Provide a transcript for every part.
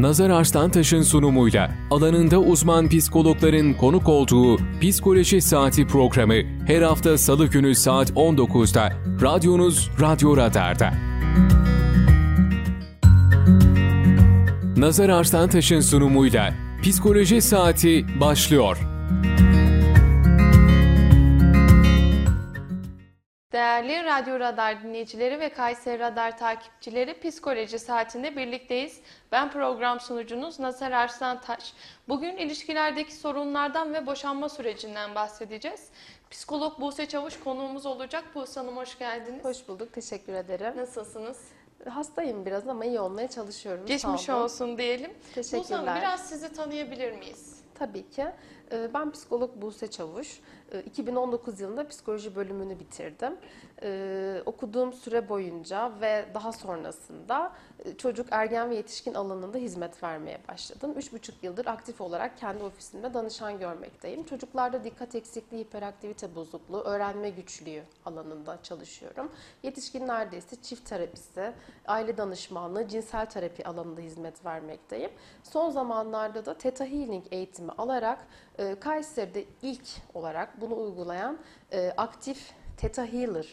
Nazar Arslantaş'ın sunumuyla alanında uzman psikologların konuk olduğu Psikoloji Saati programı her hafta Salı günü saat 19'da radyonuz Radyo Radar'da. Nazar Arslantaş'ın sunumuyla Psikoloji Saati başlıyor. Değerli Radyo Radar dinleyicileri ve Kayseri Radar takipçileri, Psikoloji Saati'nde birlikteyiz. Ben program sunucunuz Nazar Arslantaş. Bugün ilişkilerdeki sorunlardan ve boşanma sürecinden bahsedeceğiz. Psikolog Buse Çavuş konuğumuz olacak. Buse Hanım hoş geldiniz. Hoş bulduk, teşekkür ederim. Nasılsınız? Hastayım biraz ama iyi olmaya çalışıyorum. Geçmiş olsun diyelim. Teşekkürler. Buse Hanım, biraz sizi tanıyabilir miyiz? Tabii ki. Ben psikolog Buse Çavuş. 2019 yılında psikoloji bölümünü bitirdim. Okuduğum süre boyunca ve daha sonrasında çocuk, ergen ve yetişkin alanında hizmet vermeye başladım. 3,5 yıldır aktif olarak kendi ofisimde danışan görmekteyim. Çocuklarda dikkat eksikliği, hiperaktivite bozukluğu, öğrenme güçlüğü alanında çalışıyorum. Yetişkinlerde ise çift terapisi, aile danışmanlığı, cinsel terapi alanında hizmet vermekteyim. Son zamanlarda da Theta Healing eğitimi alarak Kayseri'de ilk olarak bunu uygulayan aktif Theta Healer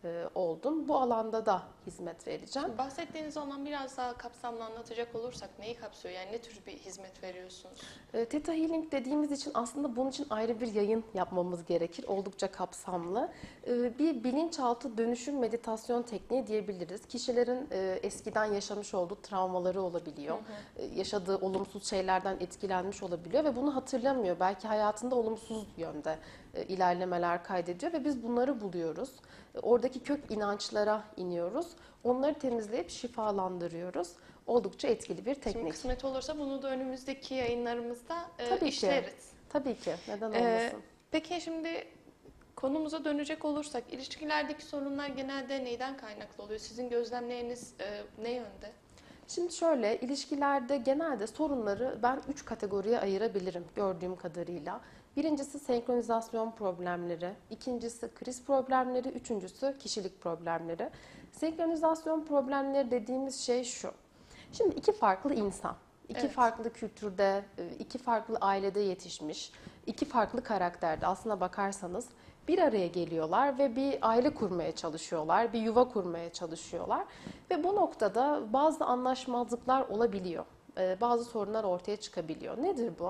oldum. Bu alanda da hizmet vereceğim. Şimdi bahsettiğiniz alan biraz daha kapsamlı anlatacak olursak neyi kapsıyor? Yani ne tür bir hizmet veriyorsunuz? Theta Healing dediğimiz için aslında bunun için ayrı bir yayın yapmamız gerekir. Oldukça kapsamlı. Bir bilinçaltı dönüşüm meditasyon tekniği diyebiliriz. Kişilerin eskiden yaşamış olduğu travmaları olabiliyor. Yaşadığı olumsuz şeylerden etkilenmiş olabiliyor ve bunu hatırlamıyor. Belki hayatında olumsuz yönde ilerlemeler kaydediyor ve biz bunları buluyoruz. Oradaki kök inançlara iniyoruz. Onları temizleyip şifalandırıyoruz. Oldukça etkili bir teknik. Şimdi kısmet olursa bunu da önümüzdeki yayınlarımızda Tabii işleriz. Ki. Tabii ki. Neden olmasın? Peki şimdi konumuza dönecek olursak, ilişkilerdeki sorunlar genelde neyden kaynaklı oluyor? Sizin gözlemleriniz ne yönde? Şimdi şöyle, ilişkilerde genelde sorunları ben 3 kategoriye ayırabilirim gördüğüm kadarıyla. Birincisi senkronizasyon problemleri, ikincisi kriz problemleri, üçüncüsü kişilik problemleri. Senkronizasyon problemleri dediğimiz şey şu. Şimdi iki farklı insan, iki farklı kültürde, iki farklı ailede yetişmiş, iki farklı karakterde aslına bakarsanız bir araya geliyorlar ve bir aile kurmaya çalışıyorlar, bir yuva kurmaya çalışıyorlar. Ve bu noktada bazı anlaşmazlıklar olabiliyor, bazı sorunlar ortaya çıkabiliyor. Nedir bu?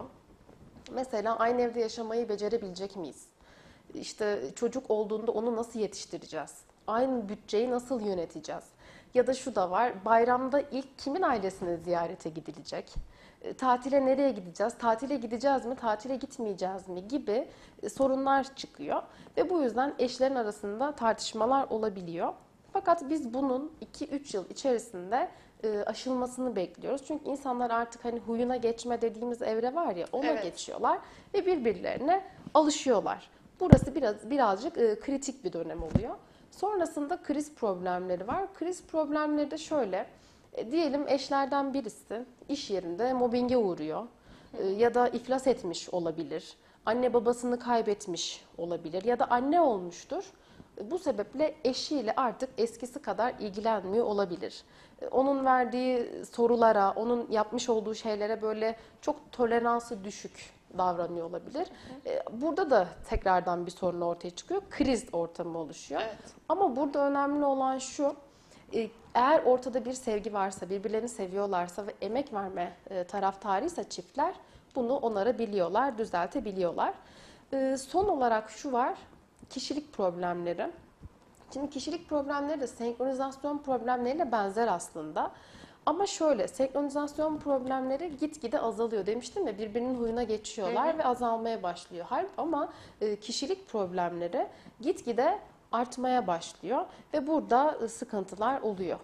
Mesela aynı evde yaşamayı becerebilecek miyiz? İşte çocuk olduğunda onu nasıl yetiştireceğiz? Aynı bütçeyi nasıl yöneteceğiz? Ya da şu da var, bayramda ilk kimin ailesine ziyarete gidilecek? Tatile nereye gideceğiz? Tatile gideceğiz mi? Tatile gitmeyeceğiz mi? Gibi sorunlar çıkıyor. Ve bu yüzden eşlerin arasında tartışmalar olabiliyor. Fakat biz bunun 2-3 yıl içerisinde aşılmasını bekliyoruz. Çünkü insanlar artık hani huyuna geçme dediğimiz evre var ya, ona geçiyorlar ve birbirlerine alışıyorlar. Burası birazcık kritik bir dönem oluyor. Sonrasında kriz problemleri var. Kriz problemleri de şöyle, diyelim eşlerden birisi iş yerinde mobbinge uğruyor ya da iflas etmiş olabilir. Anne babasını kaybetmiş olabilir ya da anne olmuştur. Bu sebeple eşiyle artık eskisi kadar ilgilenmiyor olabilir. Onun verdiği sorulara, onun yapmış olduğu şeylere böyle çok toleransı düşük davranıyor olabilir. Burada da tekrardan bir sorun ortaya çıkıyor. Kriz ortamı oluşuyor. Evet. Ama burada önemli olan şu, eğer ortada bir sevgi varsa, birbirlerini seviyorlarsa ve emek verme taraftarıysa çiftler bunu onarabiliyorlar, düzeltebiliyorlar. Son olarak şu var, kişilik problemleri. Şimdi kişilik problemleri de senkronizasyon problemleriyle benzer aslında. Ama şöyle, senkronizasyon problemleri gitgide azalıyor. Demiştim ya, birbirinin huyuna geçiyorlar ve azalmaya başlıyor. Ama kişilik problemleri gitgide artmaya başlıyor ve burada sıkıntılar oluyor.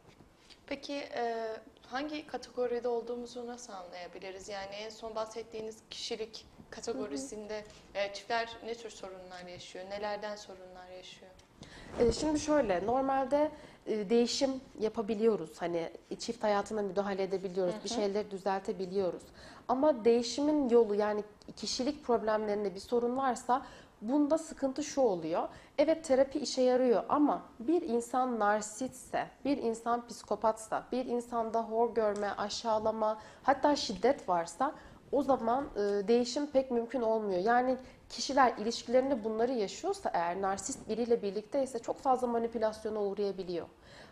Peki hangi kategoride olduğumuzu nasıl anlayabiliriz? Yani en son bahsettiğiniz kişilik kategorisinde çiftler ne tür sorunlar yaşıyor? Nelerden sorunlar yaşıyor? Şimdi şöyle, normalde değişim yapabiliyoruz. Hani çift hayatına müdahale edebiliyoruz, bir şeyleri düzeltebiliyoruz. Ama değişimin yolu, yani kişilik problemlerinde bir sorun varsa Bunda sıkıntı şu oluyor. Evet, terapi işe yarıyor ama bir insan narsistse, bir insan psikopatsa, bir insanda hor görme, aşağılama, hatta şiddet varsa o zaman değişim pek mümkün olmuyor. Yani kişiler ilişkilerinde bunları yaşıyorsa, eğer narsist biriyle birlikteyse çok fazla manipülasyona uğrayabiliyor.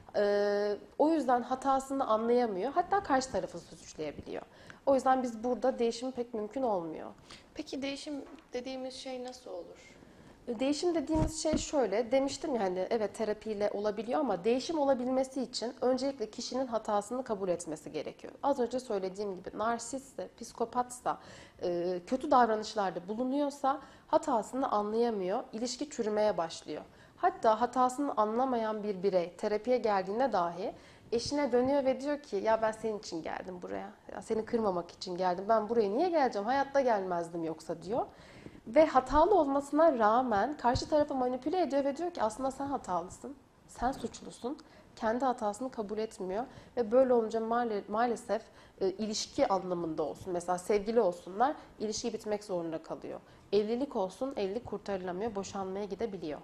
O yüzden hatasını anlayamıyor. Hatta karşı tarafı suçlayabiliyor. O yüzden biz burada değişim pek mümkün olmuyor. Peki değişim dediğimiz şey nasıl olur? Değişim dediğimiz şey şöyle, demiştim ya hani evet terapiyle olabiliyor ama değişim olabilmesi için öncelikle kişinin hatasını kabul etmesi gerekiyor. Az önce söylediğim gibi narsistse, psikopatsa, kötü davranışlarda bulunuyorsa hatasını anlayamıyor, ilişki çürümeye başlıyor. Hatta hatasını anlamayan bir birey terapiye geldiğinde dahi eşine dönüyor ve diyor ki ya ben senin için geldim buraya, ya seni kırmamak için geldim, ben buraya niye geleceğim, hayatta gelmezdim yoksa diyor. Ve hatalı olmasına rağmen karşı tarafı manipüle ediyor ve diyor ki aslında sen hatalısın, sen suçlusun. Kendi hatasını kabul etmiyor ve böyle olunca maalesef ilişki anlamında olsun, mesela sevgili olsunlar, ilişki bitmek zorunda kalıyor. Evlilik olsun, evlilik kurtarılamıyor, boşanmaya gidebiliyor.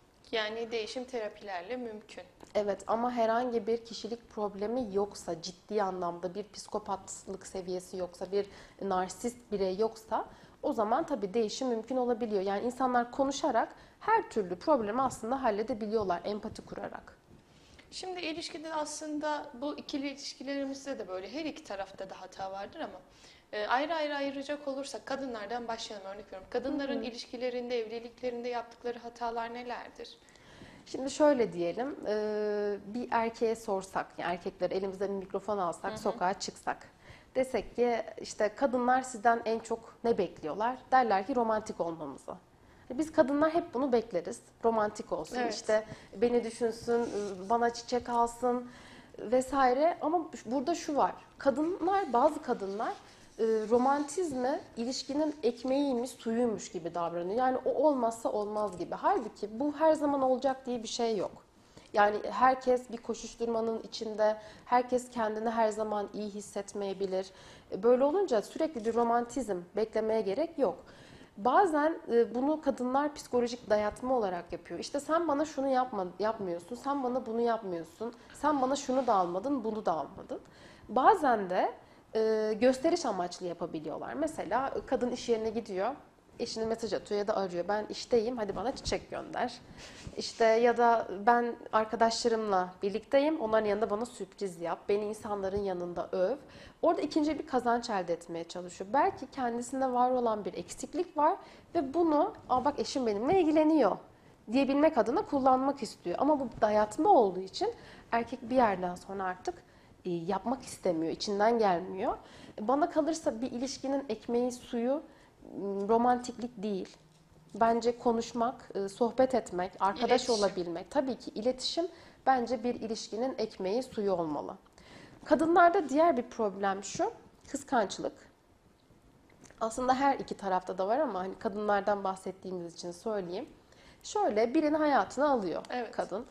Yani değişim terapilerle mümkün. Evet, ama herhangi bir kişilik problemi yoksa, ciddi anlamda bir psikopatlık seviyesi yoksa, bir narsist birey yoksa o zaman tabii değişim mümkün olabiliyor. Yani insanlar konuşarak her türlü problemi aslında halledebiliyorlar, empati kurarak. Şimdi ilişkide aslında bu ikili ilişkilerimizde de böyle her iki tarafta da hata vardır ama ayrı ayrı ayıracak olursak kadınlardan başlayalım, örnek veriyorum. Kadınların ilişkilerinde, evliliklerinde yaptıkları hatalar nelerdir? Şimdi şöyle diyelim, bir erkeğe sorsak, yani erkekler elimizde bir mikrofon alsak, sokağa çıksak. Desek ki işte kadınlar sizden en çok ne bekliyorlar? Derler ki romantik olmamızı. Biz kadınlar hep bunu bekleriz. Romantik olsun, evet. işte beni düşünsün, bana çiçek alsın vesaire. Ama burada şu var, bazı kadınlar romantizme ilişkinin ekmeğiymiş, suyuymuş gibi davranıyor. Yani o olmazsa olmaz gibi. Halbuki bu her zaman olacak diye bir şey yok. Yani herkes bir koşuşturmanın içinde, herkes kendini her zaman iyi hissetmeyebilir. Böyle olunca sürekli bir romantizm beklemeye gerek yok. Bazen bunu kadınlar psikolojik dayatma olarak yapıyor. İşte sen bana şunu yapmıyorsun, sen bana bunu yapmıyorsun, sen bana şunu da almadın, bunu da almadın. Bazen de gösteriş amaçlı yapabiliyorlar. Mesela kadın iş yerine gidiyor, eşine mesaj atıyor ya da arıyor. Ben işteyim, hadi bana çiçek gönder. İşte ya da ben arkadaşlarımla birlikteyim, onların yanında bana sürpriz yap. Beni insanların yanında öv. Orada ikinci bir kazanç elde etmeye çalışıyor. Belki kendisinde var olan bir eksiklik var ve bunu, bak eşim benimle ilgileniyor diyebilmek adına kullanmak istiyor. Ama bu dayatma olduğu için erkek bir yerden sonra artık yapmak istemiyor, içinden gelmiyor. Bana kalırsa bir ilişkinin ekmeği, suyu romantiklik değil. Bence konuşmak, sohbet etmek, arkadaş İletişim. olabilmek. Tabii ki iletişim bence bir ilişkinin ekmeği, suyu olmalı. Kadınlarda diğer bir problem şu, kıskançlık. Aslında her iki tarafta da var ama hani kadınlardan bahsettiğimiz için söyleyeyim. Şöyle birini hayatına alıyor evet. kadın.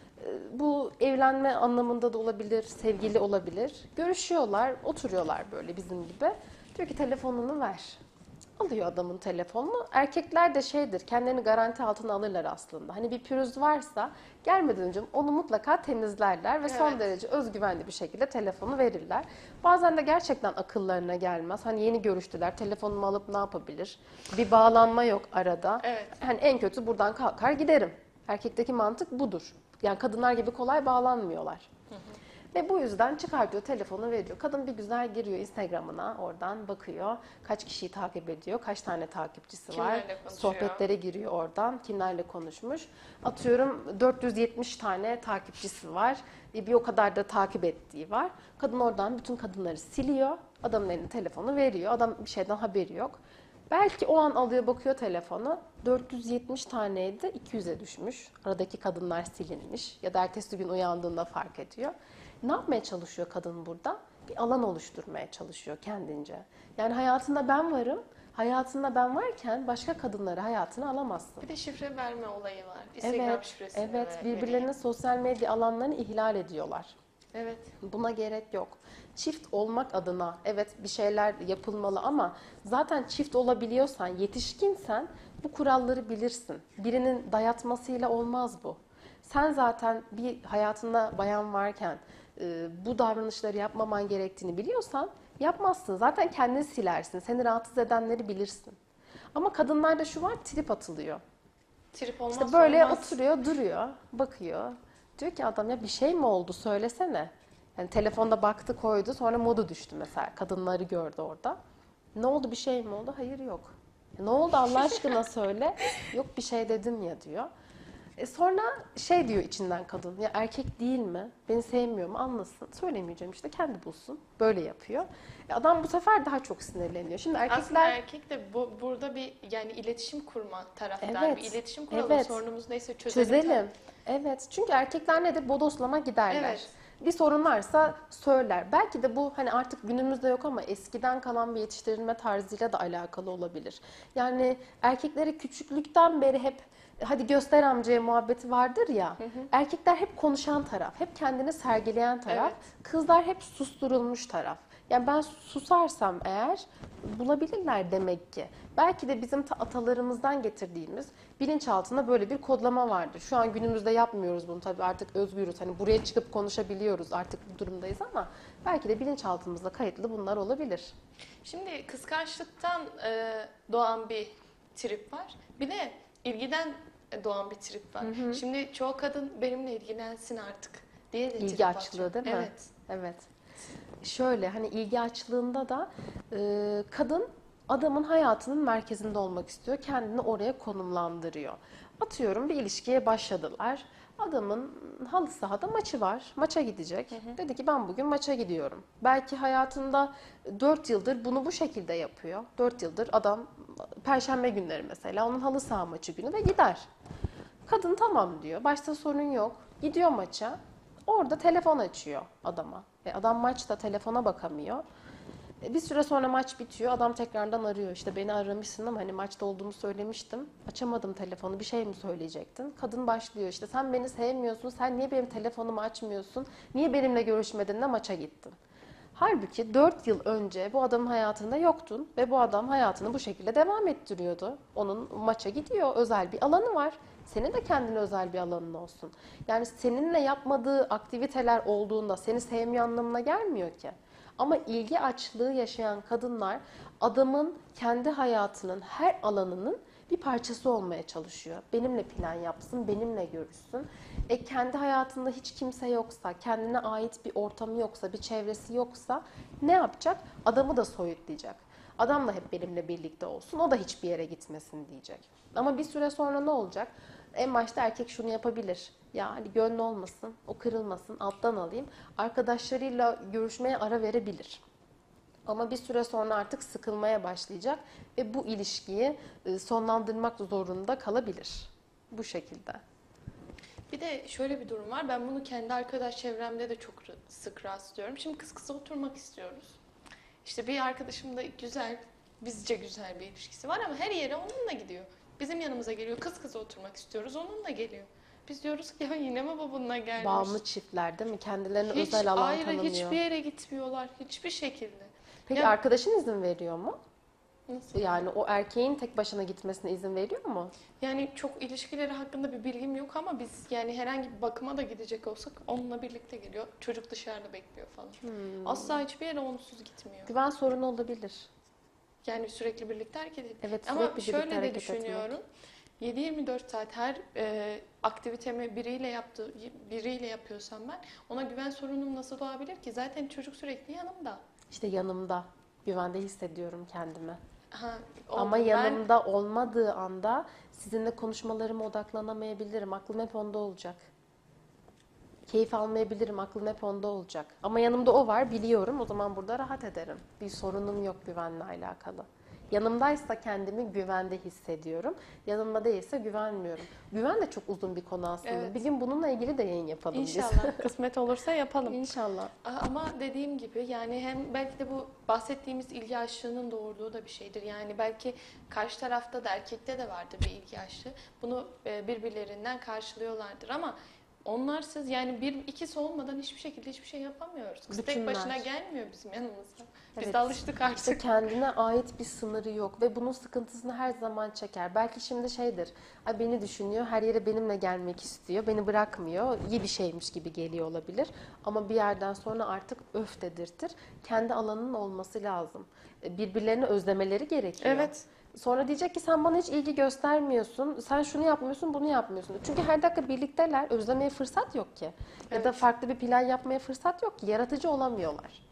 Bu evlenme anlamında da olabilir, sevgili olabilir. Görüşüyorlar, oturuyorlar böyle bizim gibi. Diyor ki telefonunu ver. Alıyor adamın telefonunu. Erkekler de şeydir, kendilerini garanti altına alırlar aslında. Hani bir pürüz varsa gelmeden önce onu mutlaka temizlerler ve son derece özgüvenli bir şekilde telefonu verirler. Bazen de gerçekten akıllarına gelmez. Hani yeni görüştüler, telefonumu alıp ne yapabilir? Bir bağlanma yok arada. Evet. Hani en kötü buradan kalkar giderim. Erkekteki mantık budur. Yani kadınlar gibi kolay bağlanmıyorlar. Ve bu yüzden çıkartıyor, telefonu veriyor. Kadın bir güzel giriyor Instagram'ına, oradan bakıyor. Kaç kişiyi takip ediyor, kaç tane takipçisi Kimlerle var. konuşuyor? Sohbetlere giriyor oradan, kimlerle konuşmuş. Atıyorum 470 tane takipçisi var. Bir o kadar da takip ettiği var. Kadın oradan bütün kadınları siliyor. Adamın eline telefonu veriyor. Adam bir şeyden haberi yok. Belki o an alıyor, bakıyor telefonu. 470 taneydi, 200'e düşmüş. Aradaki kadınlar silinmiş. Ya da ertesi gün uyandığında fark ediyor. Ne yapmaya çalışıyor kadın burada? Bir alan oluşturmaya çalışıyor kendince. Yani hayatında ben varım. Hayatında ben varken başka kadınları hayatına alamazsın. Bir de şifre verme olayı var. Instagram şifresini Evet, birbirlerinin sosyal medya alanlarını ihlal ediyorlar. Evet. Buna gerek yok. Çift olmak adına evet bir şeyler yapılmalı ama zaten çift olabiliyorsan, yetişkinsen bu kuralları bilirsin. Birinin dayatmasıyla olmaz bu. Sen zaten bir hayatında bayan varken bu davranışları yapmaman gerektiğini biliyorsan yapmazsın. Zaten kendini silersin. Seni rahatsız edenleri bilirsin. Ama kadınlarda şu var, trip atılıyor. Trip olmaz. İşte böyle olmaz. oturuyor, duruyor, bakıyor. Diyor ki adam ya bir şey mi oldu söylesene. Yani telefonda baktı koydu sonra modu düştü mesela. Kadınları gördü orada. Ne oldu bir şey mi oldu? Hayır yok. Ne oldu Allah aşkına söyle. Yok bir şey dedim ya diyor. Sonra şey diyor içinden kadın. Ya erkek değil mi? Beni sevmiyor mu? Anlasın. Söylemeyeceğim işte kendi bulsun. Böyle yapıyor. Adam bu sefer daha çok sinirleniyor. Şimdi Aslında erkekler... erkek de burada bir yani iletişim kurma taraftar. Evet, Bir iletişim kuralım. evet. Sorunumuz neyse çözelim. Çözelim. Evet. Çünkü erkekler nedir? Bodoslama giderler. Evet. Bir sorun varsa söyler. Belki de bu hani artık günümüzde yok ama eskiden kalan bir yetiştirilme tarzıyla da alakalı olabilir. Yani erkeklere küçüklükten beri hep hadi göster amcaya muhabbeti vardır ya. Erkekler hep konuşan taraf, hep kendini sergileyen taraf. Evet. Kızlar hep susturulmuş taraf. Yani ben susarsam eğer bulabilirler demek ki. Belki de bizim atalarımızdan getirdiğimiz bilinçaltında böyle bir kodlama vardır. Şu an günümüzde yapmıyoruz bunu tabii artık özgürüz. Hani buraya çıkıp konuşabiliyoruz artık bu durumdayız ama belki de bilinçaltımızda kayıtlı bunlar olabilir. Şimdi kıskançlıktan doğan bir trip var. Bir de ilgiden doğan bir trip var. Şimdi çoğu kadın benimle ilgilensin artık diye de İlgi trip açlığı atıyor. değil mi? Evet. Evet. Şöyle hani ilgi açlığında da kadın adamın hayatının merkezinde olmak istiyor. Kendini oraya konumlandırıyor. Atıyorum bir ilişkiye başladılar. Adamın halı sahada maçı var. Maça gidecek. Dedi ki ben bugün maça gidiyorum. Belki hayatında 4 yıldır bunu bu şekilde yapıyor. 4 yıldır adam Perşembe günleri mesela onun halı saha maçı günü ve gider. Kadın tamam diyor. Başta sorun yok. Gidiyor maça. Orada telefon açıyor adama. Adam maçta telefona bakamıyor. Bir süre sonra maç bitiyor. Adam tekrardan arıyor. İşte beni aramışsın ama hani maçta olduğumu söylemiştim. Açamadım telefonu. Bir şey mi söyleyecektin? Kadın başlıyor işte sen beni sevmiyorsun. Sen niye benim telefonumu açmıyorsun? Niye benimle görüşmedin de maça gittin? Halbuki 4 yıl önce bu adamın hayatında yoktun ve bu adam hayatını bu şekilde devam ettiriyordu. Onun maça gidiyor. Özel bir alanı var. Senin de kendine özel bir alanın olsun. Yani seninle yapmadığı aktiviteler olduğunda seni sevmiyor anlamına gelmiyor ki. Ama ilgi açlığı yaşayan kadınlar adamın kendi hayatının her alanının bir parçası olmaya çalışıyor. Benimle plan yapsın, benimle görüşsün. Kendi hayatında hiç kimse yoksa, kendine ait bir ortamı yoksa, bir çevresi yoksa ne yapacak? Adamı da soyutlayacak. Adam da hep benimle birlikte olsun, o da hiçbir yere gitmesin diyecek. Ama bir süre sonra ne olacak? En başta erkek şunu yapabilir. Ya hani gönlü olmasın, o kırılmasın, alttan alayım. Arkadaşlarıyla görüşmeye ara verebilir. Ama bir süre sonra artık sıkılmaya başlayacak ve bu ilişkiyi sonlandırmak zorunda kalabilir. Bu şekilde. Bir de şöyle bir durum var. Ben bunu kendi arkadaş çevremde de çok sık rastlıyorum. Şimdi kız kıza oturmak istiyoruz. İşte bir arkadaşım da güzel, bizce güzel bir ilişkisi var ama her yere onunla gidiyor. Bizim yanımıza geliyor. Kız kıza oturmak istiyoruz. Onunla geliyor. Biz diyoruz ki ya yine mi bu bununla gelmiş? Bağımlı çiftler değil mi? Kendilerine Hiç özel alan ayrı tanımıyor. hiçbir yere gitmiyorlar. Hiçbir şekilde. Peki Ya- arkadaşın izin veriyor mu? Nasıl? Yani o erkeğin tek başına gitmesine izin veriyor mu? Yani çok ilişkileri hakkında bir bilgim yok ama biz yani herhangi bir bakıma da gidecek olsak onunla birlikte geliyor. Çocuk dışarıda bekliyor falan. Asla hiçbir yere onsuz gitmiyor. Güven sorunu olabilir. Yani sürekli birlikte hareket ediyor. Evet, Ama sürekli birlikte şöyle de hareket düşünüyorum. 7-24 saat her aktivitemi biriyle yapıyorsam ben ona güven sorunum nasıl doğabilir ki? Zaten çocuk sürekli yanımda. İşte yanımda. Güvende hissediyorum kendimi. Ha, Ama ben- yanımda olmadığı anda sizinle konuşmalarıma odaklanamayabilirim. Aklım hep onda olacak. Keyif almayabilirim. Aklım hep onda olacak. Ama yanımda o var biliyorum. O zaman burada rahat ederim. Bir sorunum yok güvenle alakalı. Yanımdaysa kendimi güvende hissediyorum. Yanımda değilse güvenmiyorum. Güven de çok uzun bir konu aslında. Evet. Bir gün bununla ilgili de yayın yapalım İnşallah kısmet olursa biz. yapalım. İnşallah. Ama dediğim gibi yani hem belki de bu bahsettiğimiz ilgi açlığının doğurduğu da bir şeydir. Yani belki karşı tarafta da erkekte de vardır bir ilgi açlığı. Bunu birbirlerinden karşılıyorlardır ama onlarsız yani bir ikisi olmadan hiçbir şekilde hiçbir şey yapamıyoruz. Kız tek Bütünler. başına gelmiyor bizim yanımıza. Biz Evet. de alıştık artık. İşte kendine ait bir sınırı yok ve bunun sıkıntısını her zaman çeker. Belki şimdi şeydir, ay beni düşünüyor, her yere benimle gelmek istiyor, beni bırakmıyor, iyi bir şeymiş gibi geliyor olabilir. Ama bir yerden sonra artık öf dedirtir. Kendi alanının olması lazım. Birbirlerini özlemeleri gerekiyor. Evet. Sonra diyecek ki sen bana hiç ilgi göstermiyorsun, sen şunu yapmıyorsun, bunu yapmıyorsun. Çünkü her dakika birlikteler, özlemeye fırsat yok ki. Ya da Evet. farklı bir plan yapmaya fırsat yok ki, yaratıcı olamıyorlar.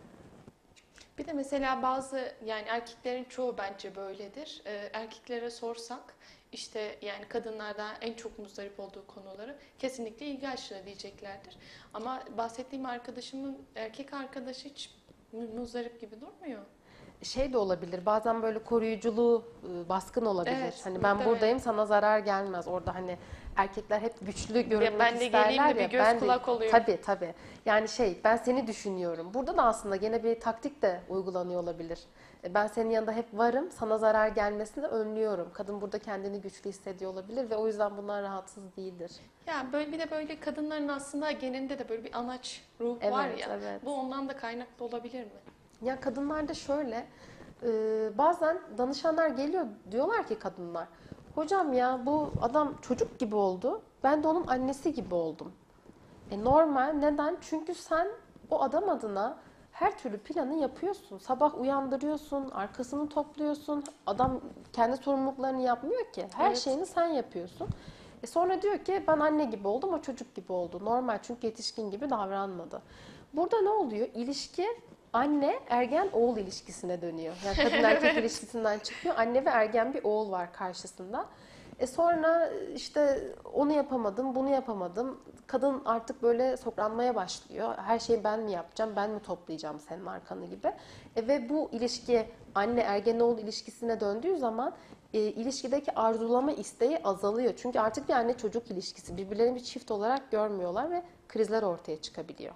Bir de mesela bazı yani erkeklerin çoğu bence böyledir. Erkeklere sorsak işte yani kadınlarda en çok muzdarip olduğu konuları kesinlikle ilgi aşırı diyeceklerdir. Ama bahsettiğim arkadaşımın erkek arkadaşı hiç muzdarip gibi durmuyor. Şey de olabilir. Bazen böyle koruyuculuğu baskın olabilir. Evet, Hani ben muhtemelen. buradayım, sana zarar gelmez. Orada hani erkekler hep güçlü görünmek ben de isterler geleyim de ya. bir göz kulak olayım. Tabii. Yani ben seni düşünüyorum. Burada da aslında gene bir taktik de uygulanıyor olabilir. Ben senin yanında hep varım, sana zarar gelmesini önlüyorum. Kadın burada kendini güçlü hissediyor olabilir ve o yüzden bundan rahatsız değildir. Ya böyle bir de böyle kadınların aslında genelinde de böyle bir anaç ruh Evet, var ya. evet. Bu ondan da kaynaklı olabilir mi? Ya kadınlarda şöyle, bazen danışanlar geliyor, diyorlar ki kadınlar, hocam ya bu adam çocuk gibi oldu, ben de onun annesi gibi oldum. Normal, neden? Çünkü sen o adam adına her türlü planı yapıyorsun. Sabah uyandırıyorsun, arkasını topluyorsun. Adam kendi sorumluluklarını yapmıyor ki. Her Evet. şeyini sen yapıyorsun. Sonra diyor ki ben anne gibi oldum, o çocuk gibi oldu. Normal, çünkü yetişkin gibi davranmadı. Burada ne oluyor? İlişki anne ergen oğul ilişkisine dönüyor. Yani kadın erkek ilişkisinden çıkıyor. Anne ve ergen bir oğul var karşısında. Sonra işte onu yapamadım, bunu yapamadım. Kadın artık böyle sokranmaya başlıyor. Her şeyi ben mi yapacağım, ben mi toplayacağım senin arkanı gibi. Ve bu ilişki anne ergen oğul ilişkisine döndüğü zaman ilişkideki arzulama isteği azalıyor. Çünkü artık bir anne çocuk ilişkisi. Birbirlerini bir çift olarak görmüyorlar ve krizler ortaya çıkabiliyor.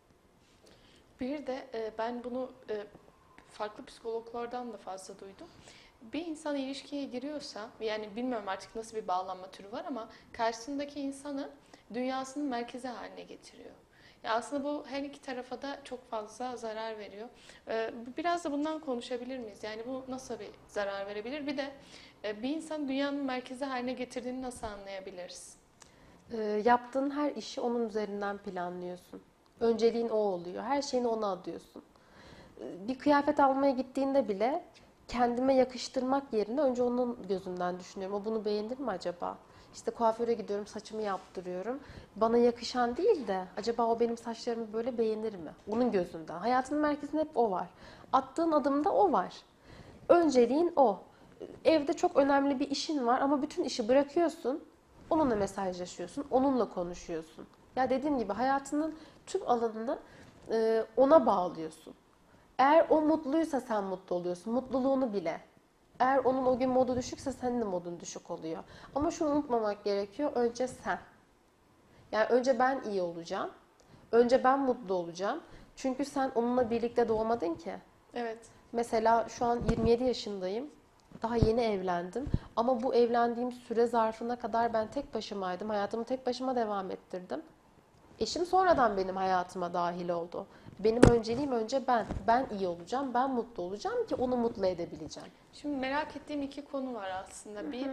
Bir de ben bunu farklı psikologlardan da fazla duydum. Bir insan ilişkiye giriyorsa, yani bilmiyorum artık nasıl bir bağlanma türü var ama karşısındaki insanı dünyasının merkezi haline getiriyor. Ya aslında bu her iki tarafa da çok fazla zarar veriyor. Biraz da bundan konuşabilir miyiz? Yani bu nasıl bir zarar verebilir? Bir de bir insan dünyanın merkezi haline getirdiğini nasıl anlayabiliriz? Yaptığın her işi onun üzerinden planlıyorsun. Önceliğin o oluyor. Her şeyini ona adıyorsun. Bir kıyafet almaya gittiğinde bile kendime yakıştırmak yerine önce onun gözünden düşünüyorum. O bunu beğenir mi acaba? İşte kuaföre gidiyorum, saçımı yaptırıyorum. Bana yakışan değil de acaba o benim saçlarımı böyle beğenir mi? Onun gözünden. Hayatının merkezinde hep o var. Attığın adımda o var. Önceliğin o. Evde çok önemli bir işin var ama bütün işi bırakıyorsun. Onunla mesajlaşıyorsun, onunla konuşuyorsun. Ya dediğim gibi hayatının tüm alanını ona bağlıyorsun. Eğer o mutluysa sen mutlu oluyorsun. Mutluluğunu bile. Eğer onun o gün modu düşükse senin de modun düşük oluyor. Ama şunu unutmamak gerekiyor. Önce sen. Yani önce ben iyi olacağım. Önce ben mutlu olacağım. Çünkü sen onunla birlikte doğmadın ki. Evet. Mesela şu an 27 yaşındayım. Daha yeni evlendim. Ama bu evlendiğim süre zarfına kadar ben tek başımaydım. Hayatımı tek başıma devam ettirdim. Eşim sonradan benim hayatıma dahil oldu. Benim önceliğim önce ben. Ben iyi olacağım, ben mutlu olacağım ki onu mutlu edebileceğim. Şimdi merak ettiğim iki konu var aslında. Bir,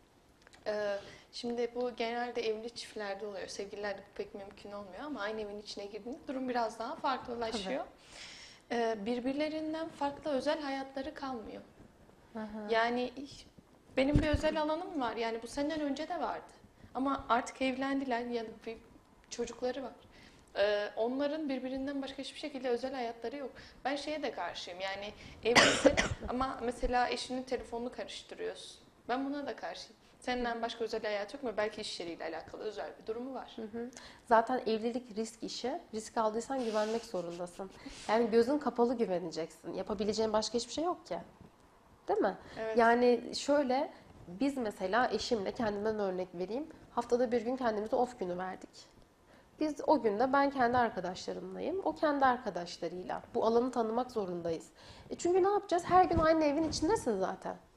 şimdi bu genelde evli çiftlerde oluyor. Sevgililerde bu pek mümkün olmuyor ama aynı evin içine girdiğinde durum biraz daha farklılaşıyor. Birbirlerinden farklı özel hayatları kalmıyor. Yani benim bir özel alanım var. Yani bu senden önce de vardı. Ama artık evlendiler ya da bir çocukları var. Onların birbirinden başka hiçbir şekilde özel hayatları yok. Ben şeye de karşıyım. Yani evlisin ama mesela eşinin telefonunu karıştırıyorsun. Ben buna da karşıyım. Senden başka özel hayat yok mu? Belki iş yeriyle alakalı özel bir durumu var. Zaten evlilik risk işi. Risk aldıysan güvenmek zorundasın. Yani gözün kapalı güveneceksin. Yapabileceğin başka hiçbir şey yok ki. Değil mi? Evet. Yani şöyle, biz mesela eşimle, kendimden örnek vereyim. Haftada bir gün kendimize off günü verdik. Biz o günde ben kendi arkadaşlarımlayım, o kendi arkadaşlarıyla. Bu alanı tanımak zorundayız. Çünkü ne yapacağız? Her gün aynı evin içindesin zaten.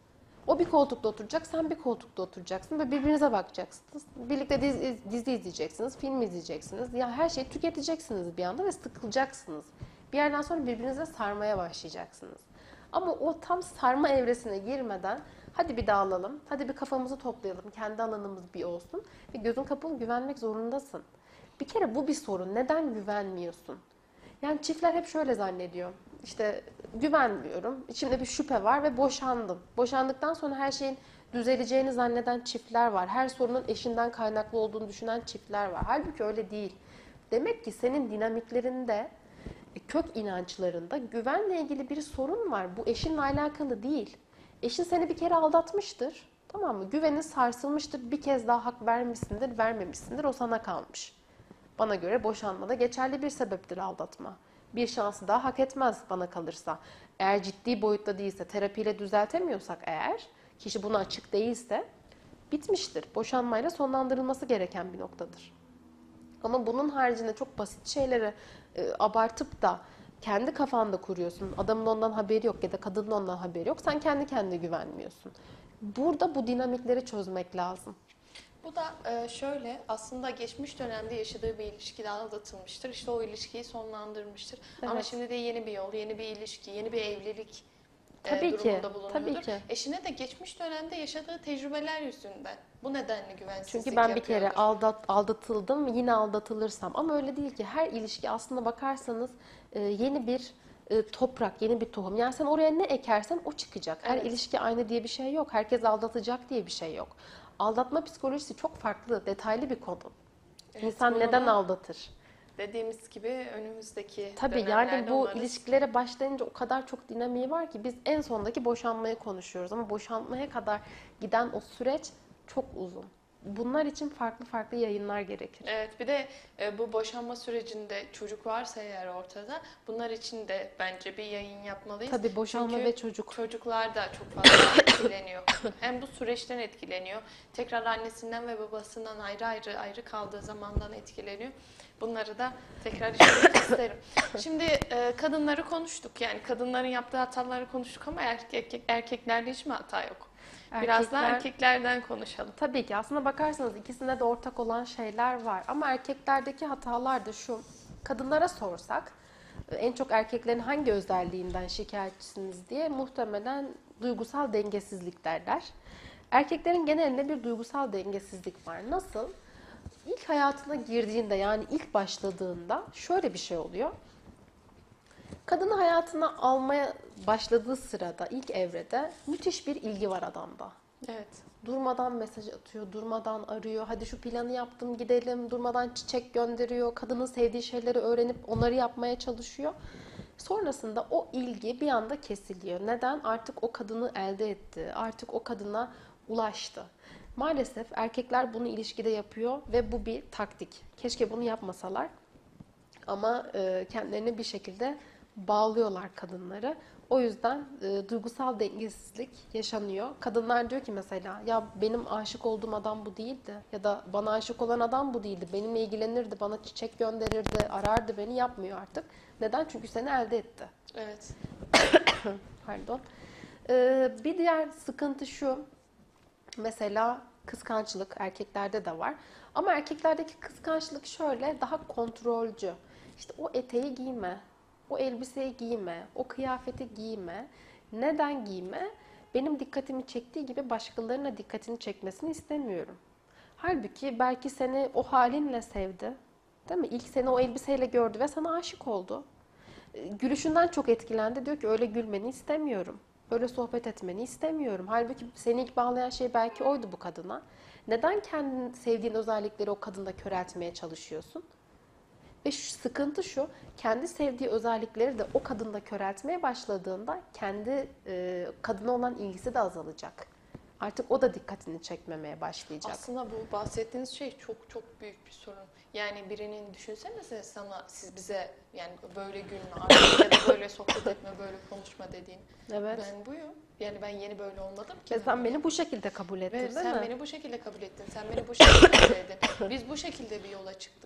O bir koltukta oturacak, sen bir koltukta oturacaksın ve birbirinize bakacaksınız. Birlikte dizi izleyeceksiniz, film izleyeceksiniz. Ya her şeyi tüketeceksiniz bir anda ve sıkılacaksınız. Bir yerden sonra birbirinize sarmaya başlayacaksınız. Ama o tam sarma evresine girmeden hadi bir dağılalım, hadi bir kafamızı toplayalım, kendi alanımız bir olsun ve gözün kapalı güvenmek zorundasın. Bir kere bu bir sorun. Neden güvenmiyorsun? Yani çiftler hep şöyle zannediyor. İşte güvenmiyorum, içimde bir şüphe var ve boşandım. Boşandıktan sonra her şeyin düzeleceğini zanneden çiftler var. Her sorunun eşinden kaynaklı olduğunu düşünen çiftler var. Halbuki öyle değil. Demek ki senin dinamiklerinde, kök inançlarında güvenle ilgili bir sorun var. Bu eşinle alakalı değil. Eşin seni bir kere aldatmıştır. Tamam mı? Güvenin sarsılmıştır. Bir kez daha hak vermişsindir, vermemişsindir. O sana kalmış. Bana göre boşanmada geçerli bir sebeptir aldatma. Bir şansı daha hak etmez bana kalırsa. Eğer ciddi boyutta değilse, terapiyle düzeltemiyorsak eğer, kişi buna açık değilse bitmiştir. Boşanmayla sonlandırılması gereken bir noktadır. Ama bunun haricinde çok basit şeyleri abartıp da kendi kafanda kuruyorsun. Adamın ondan haberi yok ya da kadının ondan haberi yok. Sen kendi kendine güvenmiyorsun. Burada bu dinamikleri çözmek lazım. Bu da şöyle, aslında geçmiş dönemde yaşadığı bir ilişkide aldatılmıştır. İşte o ilişkiyi sonlandırmıştır. Evet. Ama şimdi de yeni bir yol, yeni bir ilişki, yeni bir evlilik Tabii ki, durumunda bulunuyordur. tabii ki. Eşine de geçmiş dönemde yaşadığı tecrübeler yüzünden bu nedenle güvensizlik Çünkü ben bir kere yapıyordur. aldatıldım, yine aldatılırsam. Ama öyle değil ki. Her ilişki aslında bakarsanız yeni bir toprak, yeni bir tohum. Yani sen oraya ne ekersen o çıkacak. Her Evet. ilişki aynı diye bir şey yok. Herkes aldatacak diye bir şey yok. Aldatma psikolojisi çok farklı, detaylı bir konu. Evet, İnsan bunu neden da aldatır? Dediğimiz gibi önümüzdeki Tabii yani dönemlerde bu umarız. ilişkilere başlayınca o kadar çok dinamiği var ki biz en sondaki boşanmayı konuşuyoruz. Ama boşanmaya kadar giden o süreç çok uzun. Bunlar için farklı farklı yayınlar gerekir. Evet, bir de bu boşanma sürecinde çocuk varsa eğer ortada, bunlar için de bence bir yayın yapmalıyız. Tabii boşanma Çünkü ve çocuk. çocuklar da çok fazla etkileniyor. Hem bu süreçten etkileniyor, tekrar annesinden ve babasından ayrı kaldığı zamandan etkileniyor. Bunları da tekrar işlemek isterim. Şimdi kadınları konuştuk, yani kadınların yaptığı hataları konuştuk ama erkeklerde hiç mi hata yok? Biraz daha erkeklerden konuşalım. Tabii ki aslında bakarsanız ikisinde de ortak olan şeyler var. Ama erkeklerdeki hatalar da şu. Kadınlara sorsak en çok erkeklerin hangi özelliğinden şikayetçisiniz diye muhtemelen duygusal dengesizlik derler. Erkeklerin genelinde bir duygusal dengesizlik var. Nasıl? İlk hayatına girdiğinde yani ilk başladığında şöyle bir şey oluyor. Kadını hayatına almaya başladığı sırada, ilk evrede müthiş bir ilgi var adamda. Evet. Durmadan mesaj atıyor, durmadan arıyor. Hadi şu planı yaptım gidelim. Durmadan çiçek gönderiyor. Kadının sevdiği şeyleri öğrenip onları yapmaya çalışıyor. Sonrasında o ilgi bir anda kesiliyor. Neden? Artık o kadını elde etti. Artık o kadına ulaştı. Maalesef erkekler bunu ilişkide yapıyor ve bu bir taktik. Keşke bunu yapmasalar. Ama kendilerini bir şekilde bağlıyorlar kadınları. O yüzden duygusal dengesizlik yaşanıyor. Kadınlar diyor ki mesela ya benim aşık olduğum adam bu değildi. Ya da bana aşık olan adam bu değildi. Benimle ilgilenirdi, bana çiçek gönderirdi, arardı beni, yapmıyor artık. Neden? Çünkü seni elde etti. Evet. Pardon. Bir diğer sıkıntı şu. Mesela kıskançlık erkeklerde de var. Ama erkeklerdeki kıskançlık şöyle daha kontrolcü. İşte o eteği giyme, o elbiseyi giyme, o kıyafeti giyme. Neden giyme? Benim dikkatimi çektiği gibi başkalarına dikkatini çekmesini istemiyorum. Halbuki belki seni o halinle sevdi. Değil mi? İlk seni o elbiseyle gördü ve sana aşık oldu. Gülüşünden çok etkilendi. Diyor ki öyle gülmeni istemiyorum. Öyle sohbet etmeni istemiyorum. Halbuki seni ilk bağlayan şey belki oydu bu kadına. Neden kendini sevdiğin özellikleri o kadında köreltmeye çalışıyorsun? Ve şu sıkıntı şu, kendi sevdiği özellikleri de o kadında köreltmeye başladığında kendi kadına olan ilgisi de azalacak. Artık o da dikkatini çekmemeye başlayacak. Aslında bu bahsettiğiniz şey çok çok büyük bir sorun. Yani birinin düşünsenize siz bize yani böyle gülme artık ya da böyle sohbet etme, böyle konuşma dediğin. Evet. Ben buyum. Yani ben yeni böyle olmadım ki. Ve sen beni bu şekilde kabul ettin, Evet, değil sen mi? beni bu şekilde kabul ettin. Sen beni bu şekilde sevdin. Biz bu şekilde bir yola çıktık.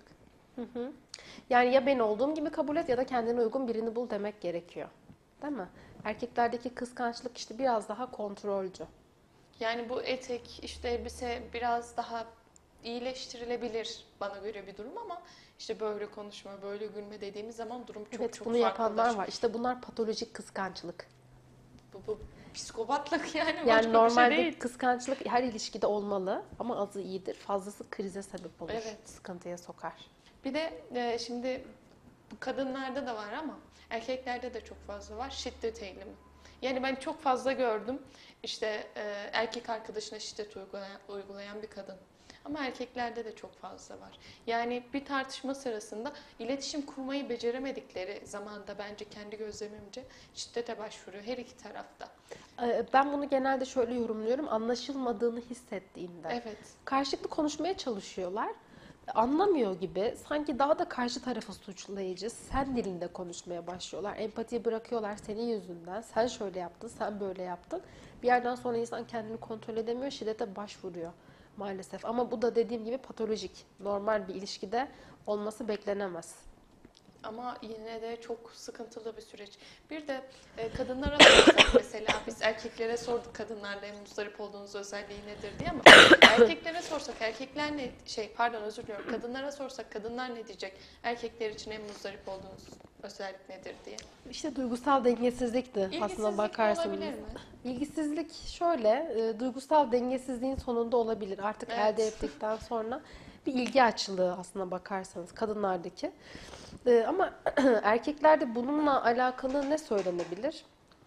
Yani ya ben olduğum gibi kabul et ya da kendine uygun birini bul demek gerekiyor. Değil mi? Erkeklerdeki kıskançlık işte biraz daha kontrolcü. Yani bu etek, işte elbise biraz daha iyileştirilebilir bana göre bir durum ama işte böyle konuşma, böyle gülme dediğimiz zaman durum çok Evet, çok bunu yapanlar farklıdır. var. İşte bunlar patolojik kıskançlık. Bu psikopatlık yani Yani başka bir şey normalde değil. kıskançlık her ilişkide olmalı ama azı iyidir. Fazlası krize sebep olur. Evet. Sıkıntıya sokar. Bir de şimdi bu kadınlarda da var ama erkeklerde de çok fazla var şiddet eğilimi. Yani ben çok fazla gördüm işte erkek arkadaşına şiddet uygulayan bir kadın. Ama erkeklerde de çok fazla var. Yani bir tartışma sırasında iletişim kurmayı beceremedikleri zamanda bence kendi gözlemimce şiddete başvuruyor her iki tarafta. Ben bunu genelde şöyle yorumluyorum. Anlaşılmadığını hissettiğinde. Evet. Karşılıklı konuşmaya çalışıyorlar. Anlamıyor gibi sanki daha da karşı tarafı suçlayıcı sen dilinde konuşmaya başlıyorlar. Empatiyi bırakıyorlar senin yüzünden. Sen şöyle yaptın, sen böyle yaptın. Bir yerden sonra insan kendini kontrol edemiyor, şiddete başvuruyor maalesef. Ama bu da dediğim gibi patolojik. Normal bir ilişkide olması beklenemez. Ama yine de çok sıkıntılı bir süreç. Bir de kadınlara sorsak mesela biz erkeklere sorduk kadınlarla en muzdarip olduğunuz özelliği nedir diye ama erkeklere sorsak erkekler ne özür diliyorum. Kadınlara sorsak kadınlar ne diyecek? Erkekler için en muzdarip olduğunuz özellik nedir diye. İşte duygusal dengesizlikti aslında İlgisizlik bakarsanız. olabilir mi? İlgisizlik şöyle, duygusal dengesizliğin sonunda olabilir. Artık Evet. elde ettikten sonra bir ilgi açlığı aslına bakarsanız kadınlardaki. Ama erkeklerde bununla alakalı ne söylenebilir?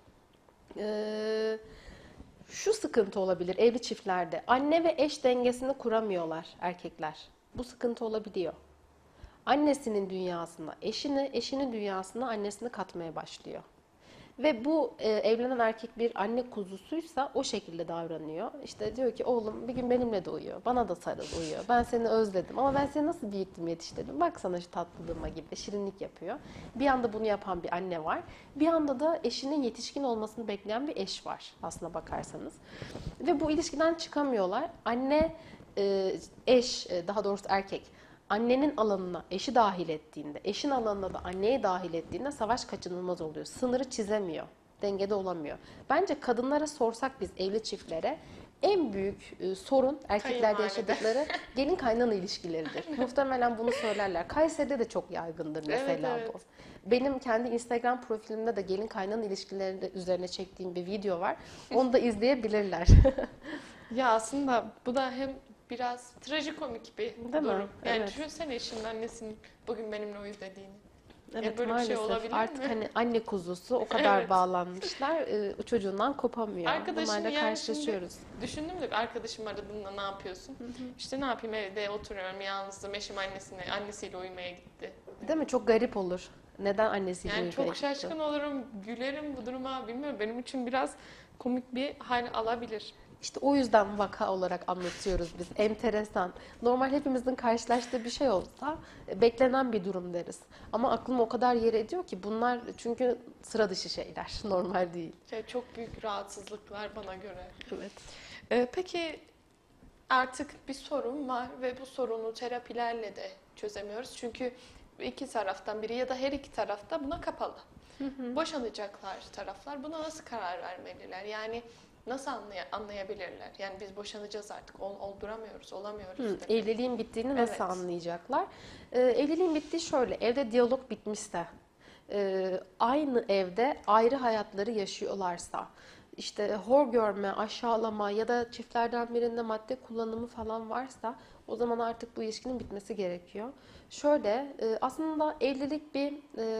Şu sıkıntı olabilir evli çiftlerde. Anne ve eş dengesini kuramıyorlar erkekler. Bu sıkıntı olabiliyor. Annesinin dünyasına eşini, eşinin dünyasına annesini katmaya başlıyor. Ve bu evlenen erkek bir anne kuzusuysa o şekilde davranıyor. İşte diyor ki oğlum bir gün benimle de uyuyor, bana da sarıl uyuyor. Ben seni özledim ama ben seni nasıl büyüttüm yetiştirdim. Bak sana şu tatlılığıma gibi şirinlik yapıyor. Bir anda bunu yapan bir anne var. Bir anda da eşinin yetişkin olmasını bekleyen bir eş var aslına bakarsanız. Ve bu ilişkiden çıkamıyorlar. Anne, eş, daha doğrusu erkek. Annenin alanına eşi dahil ettiğinde, eşin alanına da anneyi dahil ettiğinde savaş kaçınılmaz oluyor. Sınırı çizemiyor, dengede olamıyor. Bence kadınlara sorsak biz evli çiftlere en büyük sorun erkeklerde Kayınvalide. yaşadıkları gelin kaynana ilişkileridir. Muhtemelen bunu söylerler. Kayseri'de de çok yaygındır mesela Evet, bu. Benim kendi Instagram profilimde de gelin kaynana ilişkileri üzerine çektiğim bir video var. Onu da izleyebilirler. Ya aslında bu da hem biraz trajikomik bir Değil mi? durum. Yani Evet. düşünsene eşinin annesinin bugün benimle uyu dediğini. Evet, böyle bir maalesef şey olabilir artık mi? hani anne kuzusu o kadar Evet. bağlanmışlar çocuğundan kopamıyor. Arkadaşım Bunlarla yani karşılaşıyoruz. şimdi düşündüm de arkadaşım aradığında ne yapıyorsun? İşte ne yapayım evde oturuyorum yalnızım eşim annesiyle uyumaya gitti. Değil mi? Çok garip olur. Neden annesiyle Yani uyumaya çok gitti? şaşkın olurum, gülerim bu duruma bilmiyorum benim için biraz komik bir hal alabilir. İşte o yüzden vaka olarak anlatıyoruz biz. Enteresan. Normal hepimizin karşılaştığı bir şey olsa beklenen bir durum deriz. Ama aklım o kadar yer ediyor ki bunlar çünkü sıra dışı şeyler. Normal değil. Çok büyük rahatsızlıklar bana göre. Evet. Peki artık bir sorun var ve bu sorunu terapilerle de çözemiyoruz. Çünkü iki taraftan biri ya da her iki tarafta buna kapalı. Boşanacaklar taraflar buna nasıl karar vermeliler? Yani nasıl anlayabilirler? Yani biz boşanacağız artık, olduramıyoruz, olamıyoruz. demek. Evliliğin bittiğini nasıl Evet. anlayacaklar? Evliliğin bittiği şöyle, evde diyalog bitmişse, aynı evde ayrı hayatları yaşıyorlarsa, işte hor görme, aşağılama ya da çiftlerden birinde madde kullanımı falan varsa o zaman artık bu ilişkinin bitmesi gerekiyor. Şöyle, aslında evlilik bir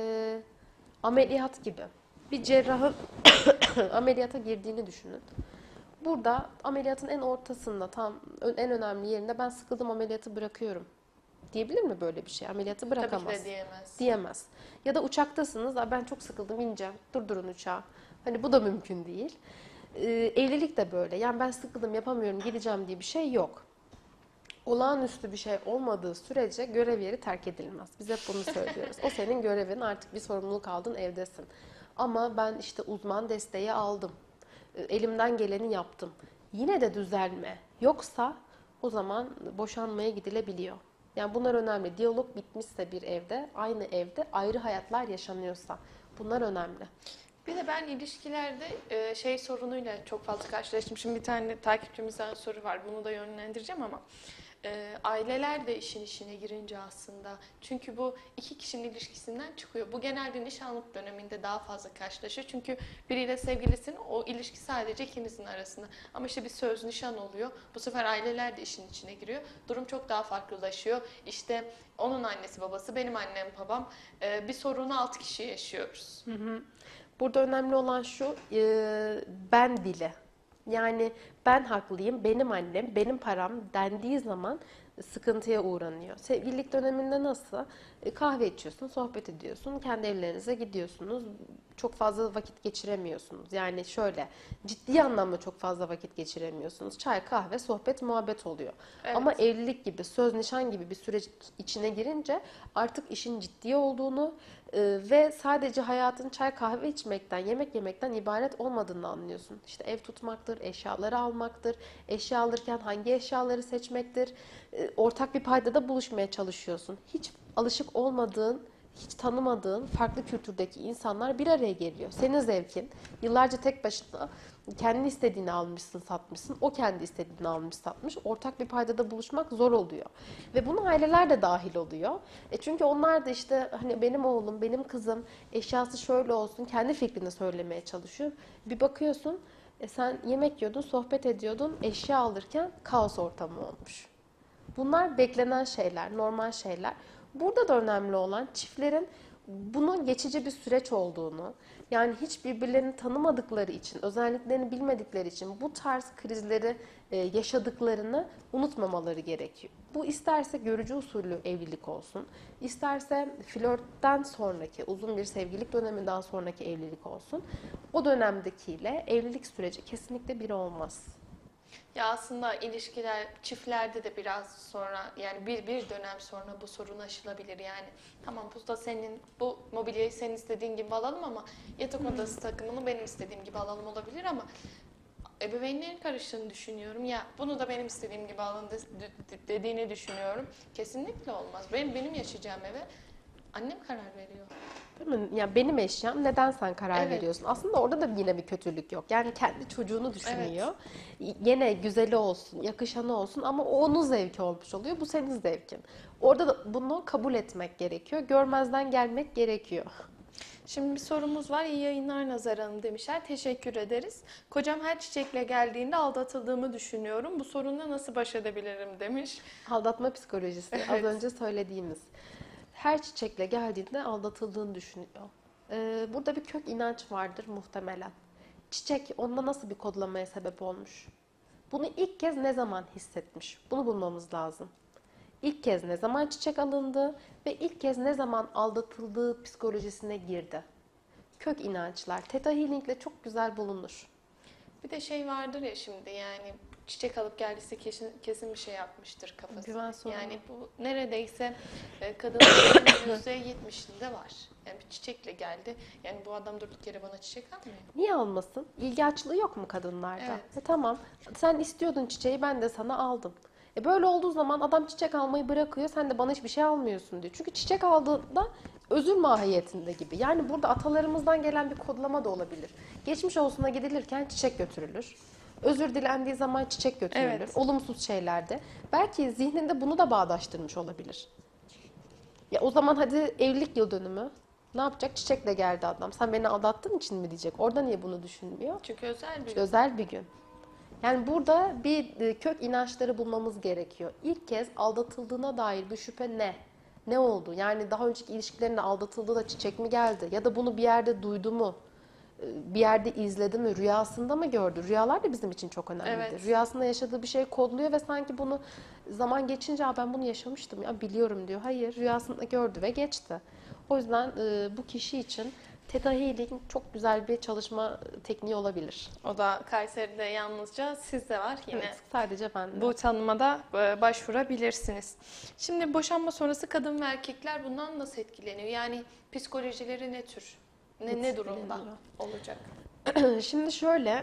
ameliyat gibi. Bir cerrahın ameliyata girdiğini düşünün. Burada ameliyatın en ortasında, tam en önemli yerinde ben sıkıldım ameliyatı bırakıyorum. Diyebilir mi böyle bir şey? Ameliyatı bırakamaz. Tabii ki de diyemez. Diyemez. Ya da uçaktasınız, ben çok sıkıldım ineceğim, durdurun uçağı. Hani bu da mümkün değil. Evlilik de böyle. Yani ben sıkıldım yapamıyorum gideceğim diye bir şey yok. Olağanüstü bir şey olmadığı sürece görev yeri terk edilmez. Biz hep bunu söylüyoruz. O senin görevin, artık bir sorumluluk aldın, evdesin. Ama ben işte uzman desteği aldım. Elimden geleni yaptım. Yine de düzelme yoksa o zaman boşanmaya gidilebiliyor. Yani bunlar önemli. Diyalog bitmişse bir evde, aynı evde ayrı hayatlar yaşanıyorsa bunlar önemli. Bir de ben ilişkilerde şey sorunuyla çok fazla karşılaştım. Şimdi bir tane takipçimizden soru var. Bunu da yönlendireceğim ama aileler de işin içine girince aslında. Çünkü bu iki kişinin ilişkisinden çıkıyor. Bu genelde nişanlık döneminde daha fazla karşılaşır. Çünkü biriyle sevgilisinin o ilişki sadece ikinizin arasında. Ama işte bir söz nişan oluyor. Bu sefer aileler de işin içine giriyor. Durum çok daha farklılaşıyor. İşte onun annesi babası, benim annem babam. Bir sorunu 6 kişi yaşıyoruz. Hı hı. Burada önemli olan şu, ben dili. Yani ben haklıyım, benim annem, benim param dendiği zaman sıkıntıya uğranıyor. Sevgililik döneminde nasıl? Kahve içiyorsun, sohbet ediyorsun, kendi evlerinize gidiyorsunuz. Çok fazla vakit geçiremiyorsunuz. Yani şöyle, ciddi anlamda çok fazla vakit geçiremiyorsunuz. Çay, kahve, sohbet, muhabbet oluyor. Evet. Ama evlilik gibi, söz, nişan gibi bir süreç içine girince artık işin ciddi olduğunu ve sadece hayatın çay, kahve içmekten, yemek yemekten ibaret olmadığını anlıyorsun. İşte ev tutmaktır, eşyaları almaktır, eşya alırken hangi eşyaları seçmektir. Ortak bir paydada buluşmaya çalışıyorsun. Hiç alışık olmadığın, hiç tanımadığın farklı kültürdeki insanlar bir araya geliyor. Senin zevkin, yıllarca tek başına kendi istediğini almışsın, satmışsın. O kendi istediğini almış, satmış. Ortak bir paydada buluşmak zor oluyor. Ve buna aileler de dahil oluyor. Çünkü onlar da işte hani benim oğlum, benim kızım eşyası şöyle olsun, kendi fikrini söylemeye çalışıyor. Bir bakıyorsun, sen yemek yiyordun, sohbet ediyordun, eşya alırken kaos ortamı olmuş. Bunlar beklenen şeyler, normal şeyler. Burada da önemli olan çiftlerin bunun geçici bir süreç olduğunu, yani hiç birbirlerini tanımadıkları için, özelliklerini bilmedikleri için bu tarz krizleri yaşadıklarını unutmamaları gerekiyor. Bu isterse görücü usulü evlilik olsun, isterse flörtten sonraki, uzun bir sevgililik döneminden sonraki evlilik olsun. O dönemdekiyle evlilik süreci kesinlikle bir olmaz. Ya aslında ilişkiler, çiftlerde de biraz sonra yani bir dönem sonra bu sorun aşılabilir yani. Tamam bu da senin, bu mobilyayı senin istediğin gibi alalım ama yatak odası takımını benim istediğim gibi alalım olabilir ama ebeveynlerin karıştığını düşünüyorum. Ya bunu da benim istediğim gibi alın dediğini düşünüyorum. Kesinlikle olmaz. Benim yaşayacağım eve annem karar veriyor. Değil mi? Ya benim eşyam, neden sen karar Evet. veriyorsun? Aslında orada da yine bir kötülük yok. Yani kendi çocuğunu düşünüyor. Yine güzeli olsun, yakışanı olsun ama o onun zevki olmuş oluyor. Bu senin zevkin. Orada da bunu kabul etmek gerekiyor. Görmezden gelmek gerekiyor. Şimdi bir sorumuz var. İyi yayınlar Nazar Hanım demişler. Teşekkür ederiz. Kocam her çiçekle geldiğinde aldatıldığımı düşünüyorum. Bu sorunla nasıl baş edebilirim demiş. Aldatma psikolojisi, az Evet. önce söylediğimiz. Her çiçekle geldiğinde aldatıldığını düşünüyor. Burada bir kök inanç vardır muhtemelen. Çiçek onda nasıl bir kodlamaya sebep olmuş? Bunu ilk kez ne zaman hissetmiş? Bunu bulmamız lazım. İlk kez ne zaman çiçek alındı ve ilk kez ne zaman aldatıldığı psikolojisine girdi? Kök inançlar. Theta Healing'le çok güzel bulunur. Bir de şey vardır ya şimdi yani çiçek alıp geldiyse kesin bir şey yapmıştır kafası. Güven sorunu. Yani bu neredeyse kadınların %70'inde var. Yani bir çiçekle geldi. Yani bu adam durduk yere bana çiçek almıyor. Niye almasın? İlgi açlığı yok mu kadınlarda? Evet. Tamam. Sen istiyordun çiçeği, ben de sana aldım. Böyle olduğu zaman adam çiçek almayı bırakıyor. Sen de bana hiçbir şey almıyorsun diyor. Çünkü çiçek aldığında özür mahiyetinde gibi. Yani burada atalarımızdan gelen bir kodlama da olabilir. Geçmiş olsuna gidilirken çiçek götürülür. Özür dilendiği zaman çiçek götürülür. Evet. Olumsuz şeylerde. Belki zihninde bunu da bağdaştırmış olabilir. Ya o zaman hadi evlilik yıl dönümü. Ne yapacak? Çiçekle geldi adam. Sen beni aldattığın için mi diyecek? Orada niye bunu düşünmüyor? Çünkü özel bir Özel bir gün. Yani burada bir kök inançları bulmamız gerekiyor. İlk kez aldatıldığına dair bir şüphe ne? Ne oldu? Yani daha önceki ilişkilerinde aldatıldı da çiçek mi geldi? Ya da bunu bir yerde duydu mu? Bir yerde izledi mi? Rüyasında mı gördü? Rüyalar da bizim için çok önemlidir. Evet. Rüyasında yaşadığı bir şey kodluyor ve sanki bunu zaman geçince ben bunu yaşamıştım ya biliyorum diyor. Hayır, rüyasında gördü ve geçti. O yüzden bu kişi için Theta Healing çok güzel bir çalışma tekniği olabilir. O da Kayseri'de yalnızca sizde var yine. Evet, sadece ben. Bu tanımada başvurabilirsiniz. Şimdi boşanma sonrası kadın ve erkekler bundan nasıl etkileniyor? Yani psikolojileri ne tür? Ne durumda olacak? Şimdi şöyle,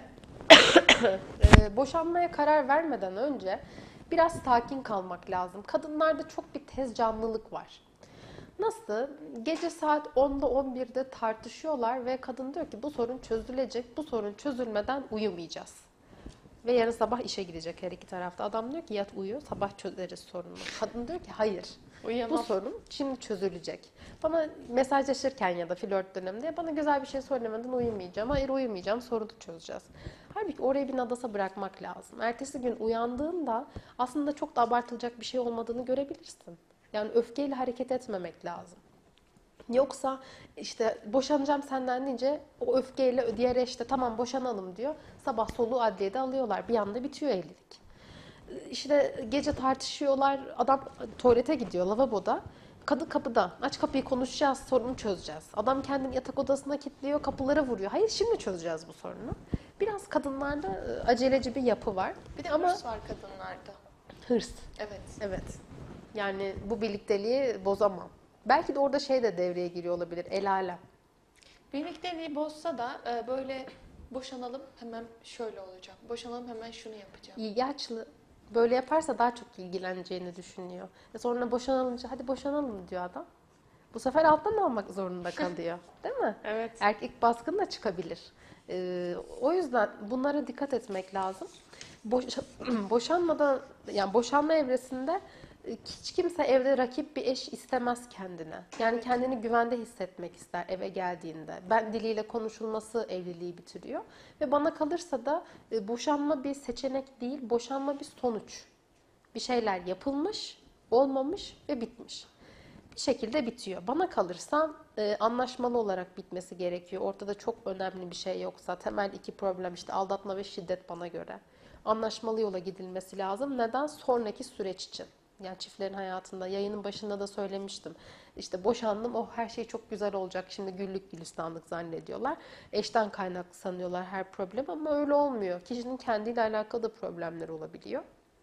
boşanmaya karar vermeden önce biraz sakin kalmak lazım. Kadınlarda çok bir tez canlılık var. Nasıl? Gece saat 10'da 11'de tartışıyorlar ve kadın diyor ki bu sorun çözülecek. Bu sorun çözülmeden uyumayacağız. Ve yarın sabah işe gidecek her iki tarafta. Adam diyor ki yat uyu, sabah çözeriz sorunu. Kadın diyor ki hayır. Uyuyamam. Bu sorun şimdi çözülecek. Bana mesajlaşırken ya da flört döneminde bana güzel bir şey söylemeden uyumayacağım. Hayır uyumayacağım, sorunu çözeceğiz. Halbuki orayı bir nadasa bırakmak lazım. Ertesi gün uyandığında aslında çok da abartılacak bir şey olmadığını görebilirsin. Yani öfkeyle hareket etmemek lazım. Yoksa işte boşanacağım senden deyince o öfkeyle diğer eş de tamam boşanalım diyor. Sabah soluğu adliyede alıyorlar. Bir anda bitiyor evlilik. İşte gece tartışıyorlar. Adam tuvalete gidiyor lavaboda. Kadın kapıda. Aç kapıyı konuşacağız, sorunu çözeceğiz. Adam kendini yatak odasına kilitliyor, kapılara vuruyor. Hayır şimdi çözeceğiz bu sorunu. Biraz kadınlarda aceleci bir yapı var. Bir de ama hırs var kadınlarda. hırs. Evet. Evet. Yani bu birlikteliği bozamam. Belki de orada şey de devreye giriyor olabilir. El alem. Birlikteliği bozsa da böyle boşanalım hemen şöyle olacağım. Boşanalım hemen şunu yapacağım. İlgiçli böyle yaparsa daha çok ilgileneceğini düşünüyor. Sonra boşanalınca hadi boşanalım diyor adam. Bu sefer alttan almak zorunda kalıyor. Değil mi? Evet. Erkek baskını da çıkabilir. O yüzden bunlara dikkat etmek lazım. Boşanmadan, yani boşanma evresinde hiç kimse evde rakip bir eş istemez kendine. Yani kendini güvende hissetmek ister eve geldiğinde. Ben diliyle konuşulması evliliği bitiriyor. Ve bana kalırsa da boşanma bir seçenek değil, boşanma bir sonuç. Bir şeyler yapılmış, olmamış ve bitmiş. Bir şekilde bitiyor. Bana kalırsa anlaşmalı olarak bitmesi gerekiyor. Ortada çok önemli bir şey yoksa. Temel iki problem işte aldatma ve şiddet bana göre. Anlaşmalı yola gidilmesi lazım. Neden? Sonraki süreç için. Yani çiftlerin hayatında yayının başında da söylemiştim. İşte boşandım, oh her şey çok güzel olacak. Şimdi güllük gülistanlık zannediyorlar. Eşten kaynaklı sanıyorlar her problem ama öyle olmuyor. Kişinin kendiyle alakalı da problemler olabiliyor.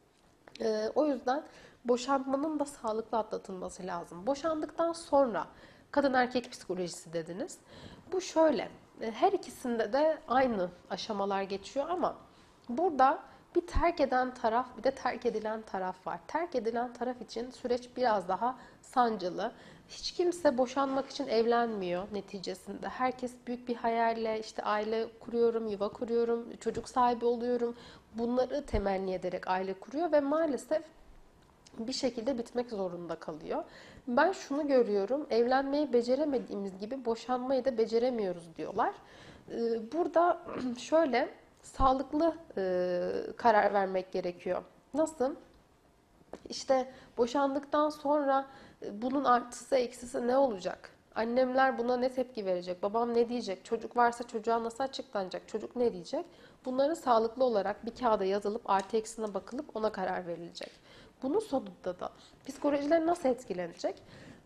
O yüzden boşanmanın da sağlıklı atlatılması lazım. Boşandıktan sonra kadın erkek psikolojisi dediniz. Bu şöyle, her ikisinde de aynı aşamalar geçiyor ama burada bir terk eden taraf bir de terk edilen taraf var. Terk edilen taraf için süreç biraz daha sancılı. Hiç kimse boşanmak için evlenmiyor neticesinde. Herkes büyük bir hayalle işte aile kuruyorum, yuva kuruyorum, çocuk sahibi oluyorum. Bunları temenni ederek aile kuruyor ve maalesef bir şekilde bitmek zorunda kalıyor. Ben şunu görüyorum, evlenmeyi beceremediğimiz gibi boşanmayı da beceremiyoruz diyorlar. Burada şöyle sağlıklı karar vermek gerekiyor. Nasıl? İşte boşandıktan sonra bunun artısı eksisi ne olacak? Annemler buna ne tepki verecek? Babam ne diyecek? Çocuk varsa çocuğa nasıl açıklanacak? Çocuk ne diyecek? Bunları sağlıklı olarak bir kağıda yazılıp artı eksine bakılıp ona karar verilecek. Bunun sonunda da psikolojiler nasıl etkilenecek?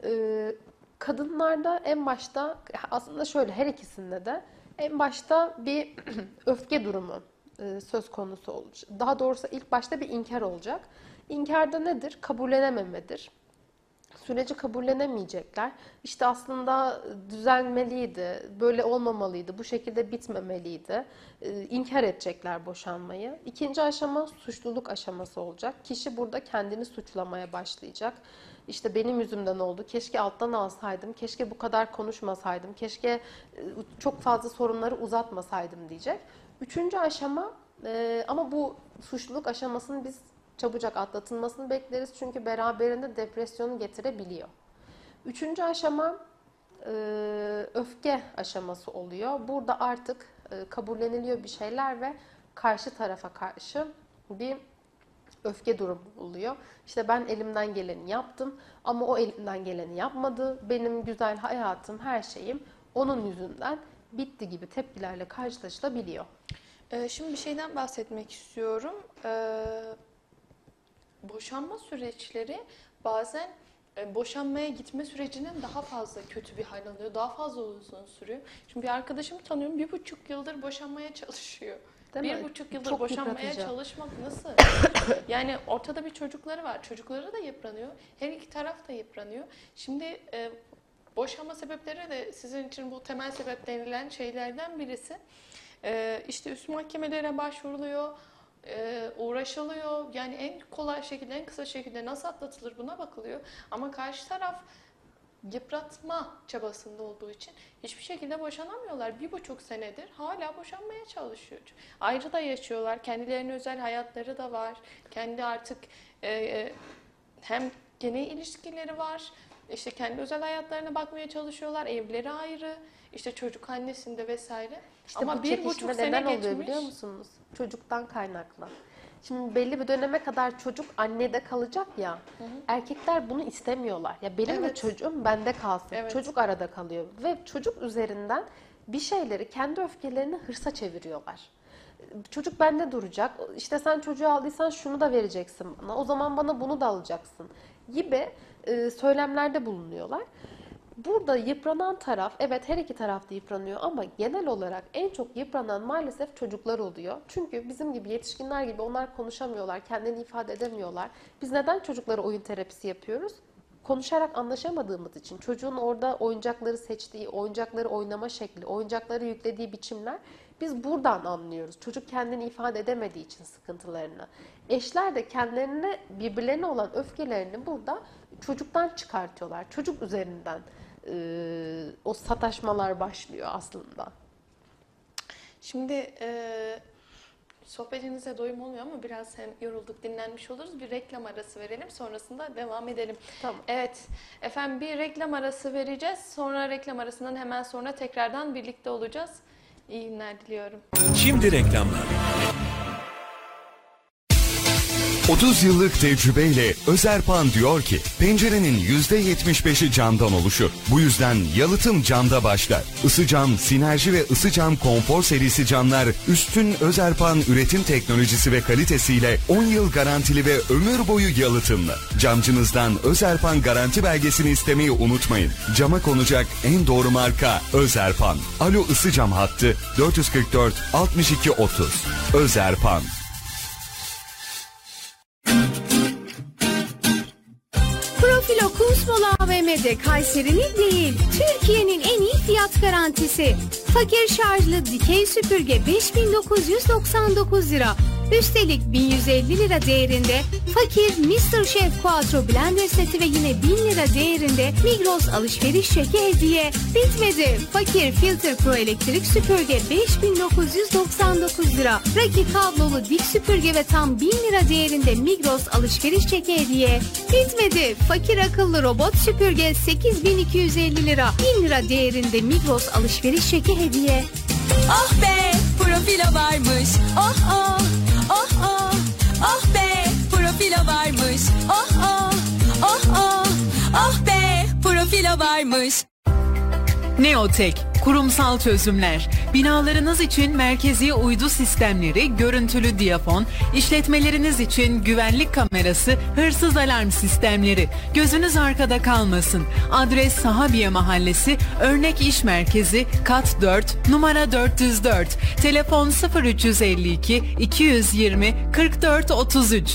Kadınlarda en başta aslında şöyle her ikisinde de en başta bir öfke durumu söz konusu olacak. Daha doğrusu ilk başta bir inkar olacak. İnkarda nedir? Kabullenememedir. Süreci kabullenemeyecekler. İşte aslında düzelmeliydi, böyle olmamalıydı, bu şekilde bitmemeliydi. İnkar edecekler boşanmayı. İkinci aşama suçluluk aşaması olacak. Kişi burada kendini suçlamaya başlayacak. İşte benim yüzümden oldu, keşke alttan alsaydım, keşke bu kadar konuşmasaydım, keşke çok fazla sorunları uzatmasaydım diyecek. Üçüncü aşama ama bu suçluluk aşamasını biz çabucak atlatılmasını bekleriz çünkü beraberinde depresyonu getirebiliyor. Üçüncü aşama öfke aşaması oluyor. Burada artık kabulleniliyor bir şeyler ve karşı tarafa karşı bir öfke durumu oluyor. İşte ben elimden geleni yaptım ama o elimden geleni yapmadı. Benim güzel hayatım, her şeyim onun yüzünden bitti gibi tepkilerle karşılaşılabiliyor. Şimdi bir şeyden bahsetmek istiyorum. Boşanma süreçleri bazen boşanmaya gitme sürecinin daha fazla kötü bir hal alıyor. Daha fazla uzun sürüyor. Şimdi bir arkadaşımı tanıyorum 1,5 yıldır boşanmaya çalışıyor. Değil mi? 1,5 yıldır Çok boşanmaya yıpratıcı. çalışmak nasıl? Yani ortada bir çocukları var. Çocukları da yıpranıyor. Her iki taraf da yıpranıyor. Şimdi boşanma sebepleri de sizin için bu temel sebep denilen şeylerden birisi. İşte üst mahkemelere başvuruluyor. Uğraşılıyor. Yani en kolay şekilde, en kısa şekilde nasıl atlatılır buna bakılıyor. Ama karşı taraf yıpratma çabasında olduğu için hiçbir şekilde boşanamıyorlar. 1,5 senedir hala boşanmaya çalışıyor. Ayrı da yaşıyorlar. Kendilerine özel hayatları da var. Kendi artık hem gene ilişkileri var. İşte kendi özel hayatlarına bakmaya çalışıyorlar. Evleri ayrı. İşte çocuk annesinde vesaire. İşte ama bu 1,5 sene neden geçmiş. oluyor biliyor musunuz? Çocuktan kaynaklı. Şimdi belli bir döneme kadar çocuk annede kalacak ya. Erkekler bunu istemiyorlar. Ya benim de çocuğum bende kalsın. Evet. Çocuk arada kalıyor ve çocuk üzerinden bir şeyleri, kendi öfkelerini hırsa çeviriyorlar. Çocuk bende duracak. İşte sen çocuğu aldıysan şunu da vereceksin bana. O zaman bana bunu da alacaksın gibi söylemlerde bulunuyorlar. Burada yıpranan taraf, evet her iki taraf da yıpranıyor ama genel olarak en çok yıpranan maalesef çocuklar oluyor. Çünkü bizim gibi yetişkinler gibi onlar konuşamıyorlar, kendini ifade edemiyorlar. Biz neden çocuklara oyun terapisi yapıyoruz? Konuşarak anlaşamadığımız için, çocuğun orada oyuncakları seçtiği, oyuncakları oynama şekli, oyuncakları yüklediği biçimler, biz buradan anlıyoruz. Çocuk kendini ifade edemediği için sıkıntılarını. Eşler de kendilerine, birbirlerine olan öfkelerini burada çocuktan çıkartıyorlar. Çocuk üzerinden o sataşmalar başlıyor aslında. Şimdi sohbetinize doyum olmuyor ama biraz hem yorulduk, dinlenmiş oluruz. Bir reklam arası verelim, sonrasında devam edelim. Tamam. Evet, efendim bir reklam arası vereceğiz. Sonra reklam arasından hemen sonra tekrardan birlikte olacağız. İyi günler diliyorum. Şimdi reklamlar. 30 yıllık tecrübeyle Özerpan diyor ki pencerenin %75'i camdan oluşur. Bu yüzden yalıtım camda başlar. Isıcam, sinerji ve ısıcam konfor serisi camlar üstün Özerpan üretim teknolojisi ve kalitesiyle 10 yıl garantili ve ömür boyu yalıtımlı. Camcınızdan Özerpan garanti belgesini istemeyi unutmayın. Cama konacak en doğru marka Özerpan. Alo ısıcam hattı 444 62 30. Özerpan. Profilo Kusmola AVM'de Kayseri'nin değil, Türkiye'nin en iyi fiyat garantisi. Fakir şarjlı dikey süpürge 5.999 lira. Üstelik 1150 lira değerinde fakir Mr. Chef Quattro Blender seti ve yine 1000 lira değerinde Migros alışveriş çeki hediye. Bitmedi. Fakir Filter Pro elektrik süpürge 5.999 lira. Raki kablolu dik süpürge ve tam 1000 lira değerinde Migros alışveriş çeki hediye. Bitmedi. Fakir akıllı robot süpürge 8.250 lira. 1000 lira değerinde Migros alışveriş çeki hediye. Oh be, Profilo varmış. Oh oh, oh oh, oh be, Profilo varmış. Oh oh, oh oh, oh be, Profilo varmış. Neotek, kurumsal çözümler. Binalarınız için merkezi uydu sistemleri, görüntülü diyafon, işletmeleriniz için güvenlik kamerası, hırsız alarm sistemleri. Gözünüz arkada kalmasın. Adres Sahabiye Mahallesi, Örnek İş Merkezi, kat 4, numara 404. Telefon 0352 220 44 33.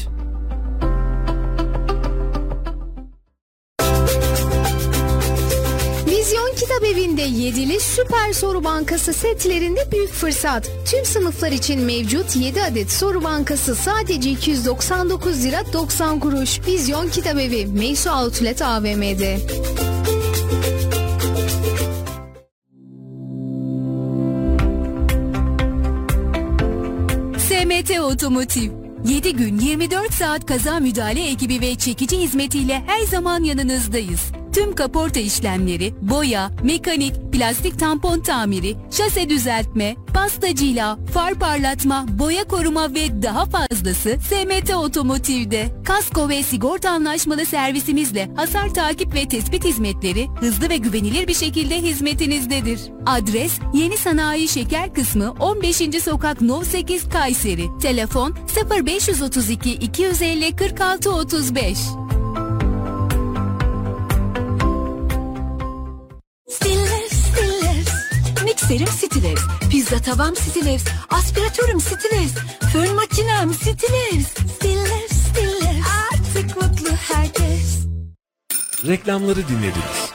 Vizyon Kitabevi'nde 7'li Süper Soru Bankası setlerinde büyük fırsat. Tüm sınıflar için mevcut 7 adet soru bankası sadece 299 lira 90 kuruş. Vizyon Kitabevi, Meysu Outlet AVM'de. SMT Otomotiv 7 gün 24 saat kaza müdahale ekibi ve çekici hizmetiyle her zaman yanınızdayız. Tüm kaporta işlemleri, boya, mekanik, plastik tampon tamiri, şase düzeltme, pastacıyla, far parlatma, boya koruma ve daha fazlası SMT Otomotiv'de. Kasko ve sigorta anlaşmalı servisimizle hasar takip ve tespit hizmetleri hızlı ve güvenilir bir şekilde hizmetinizdedir. Adres Yeni Sanayi Şeker Kısmı 15. Sokak No 8 Kayseri. Telefon 0532 250 46 35. Mikserim Stilevs, pizza tavam Stilevs, aspiratörüm Stilevs, fön makinem Stilevs. Stilevs, artık mutlu herkes. Reklamları dinlediniz.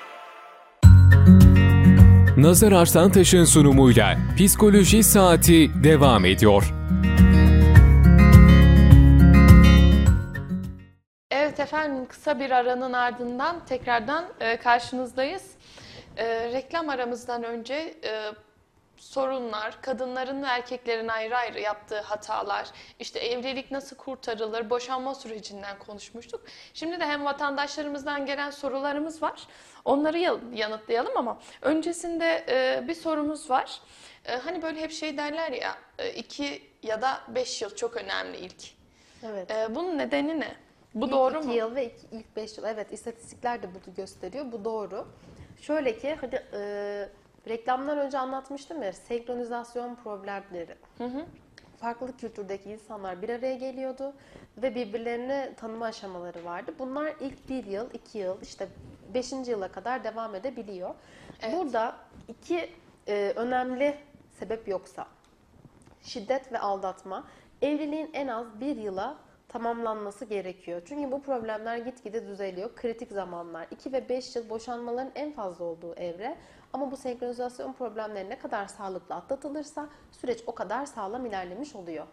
Nazar Arslantaş'ın sunumuyla Psikoloji Saati devam ediyor. Evet efendim, kısa bir aranın ardından tekrardan karşınızdayız. Reklam aramızdan önce sorunlar, kadınların ve erkeklerin ayrı ayrı yaptığı hatalar, işte evlilik nasıl kurtarılır, boşanma sürecinden konuşmuştuk. Şimdi de hem vatandaşlarımızdan gelen sorularımız var, onları yanıtlayalım ama öncesinde bir sorumuz var. Hani böyle hep şey derler ya, 2 ya da 5 yıl çok önemli ilk. Evet. Bunun nedeni ne? Bu İlk doğru 2 mu? yıl ve ilk 5 yıl. Evet, istatistikler de bunu gösteriyor. Bu doğru. Şöyle ki hadi reklamdan önce anlatmıştım ya, senkronizasyon problemleri. Farklı kültürdeki insanlar bir araya geliyordu ve birbirlerini tanıma aşamaları vardı. Bunlar ilk 1 yıl, 2 yıl, işte 5. yıla kadar devam edebiliyor. Evet. Burada 2 önemli sebep yoksa, şiddet ve aldatma, evliliğin en az 1 yıla tamamlanması gerekiyor. Çünkü bu problemler gitgide düzeliyor. Kritik zamanlar. 2 ve 5 yıl boşanmaların en fazla olduğu evre. Ama bu senkronizasyon problemleri ne kadar sağlıklı atlatılırsa süreç o kadar sağlam ilerlemiş oluyor.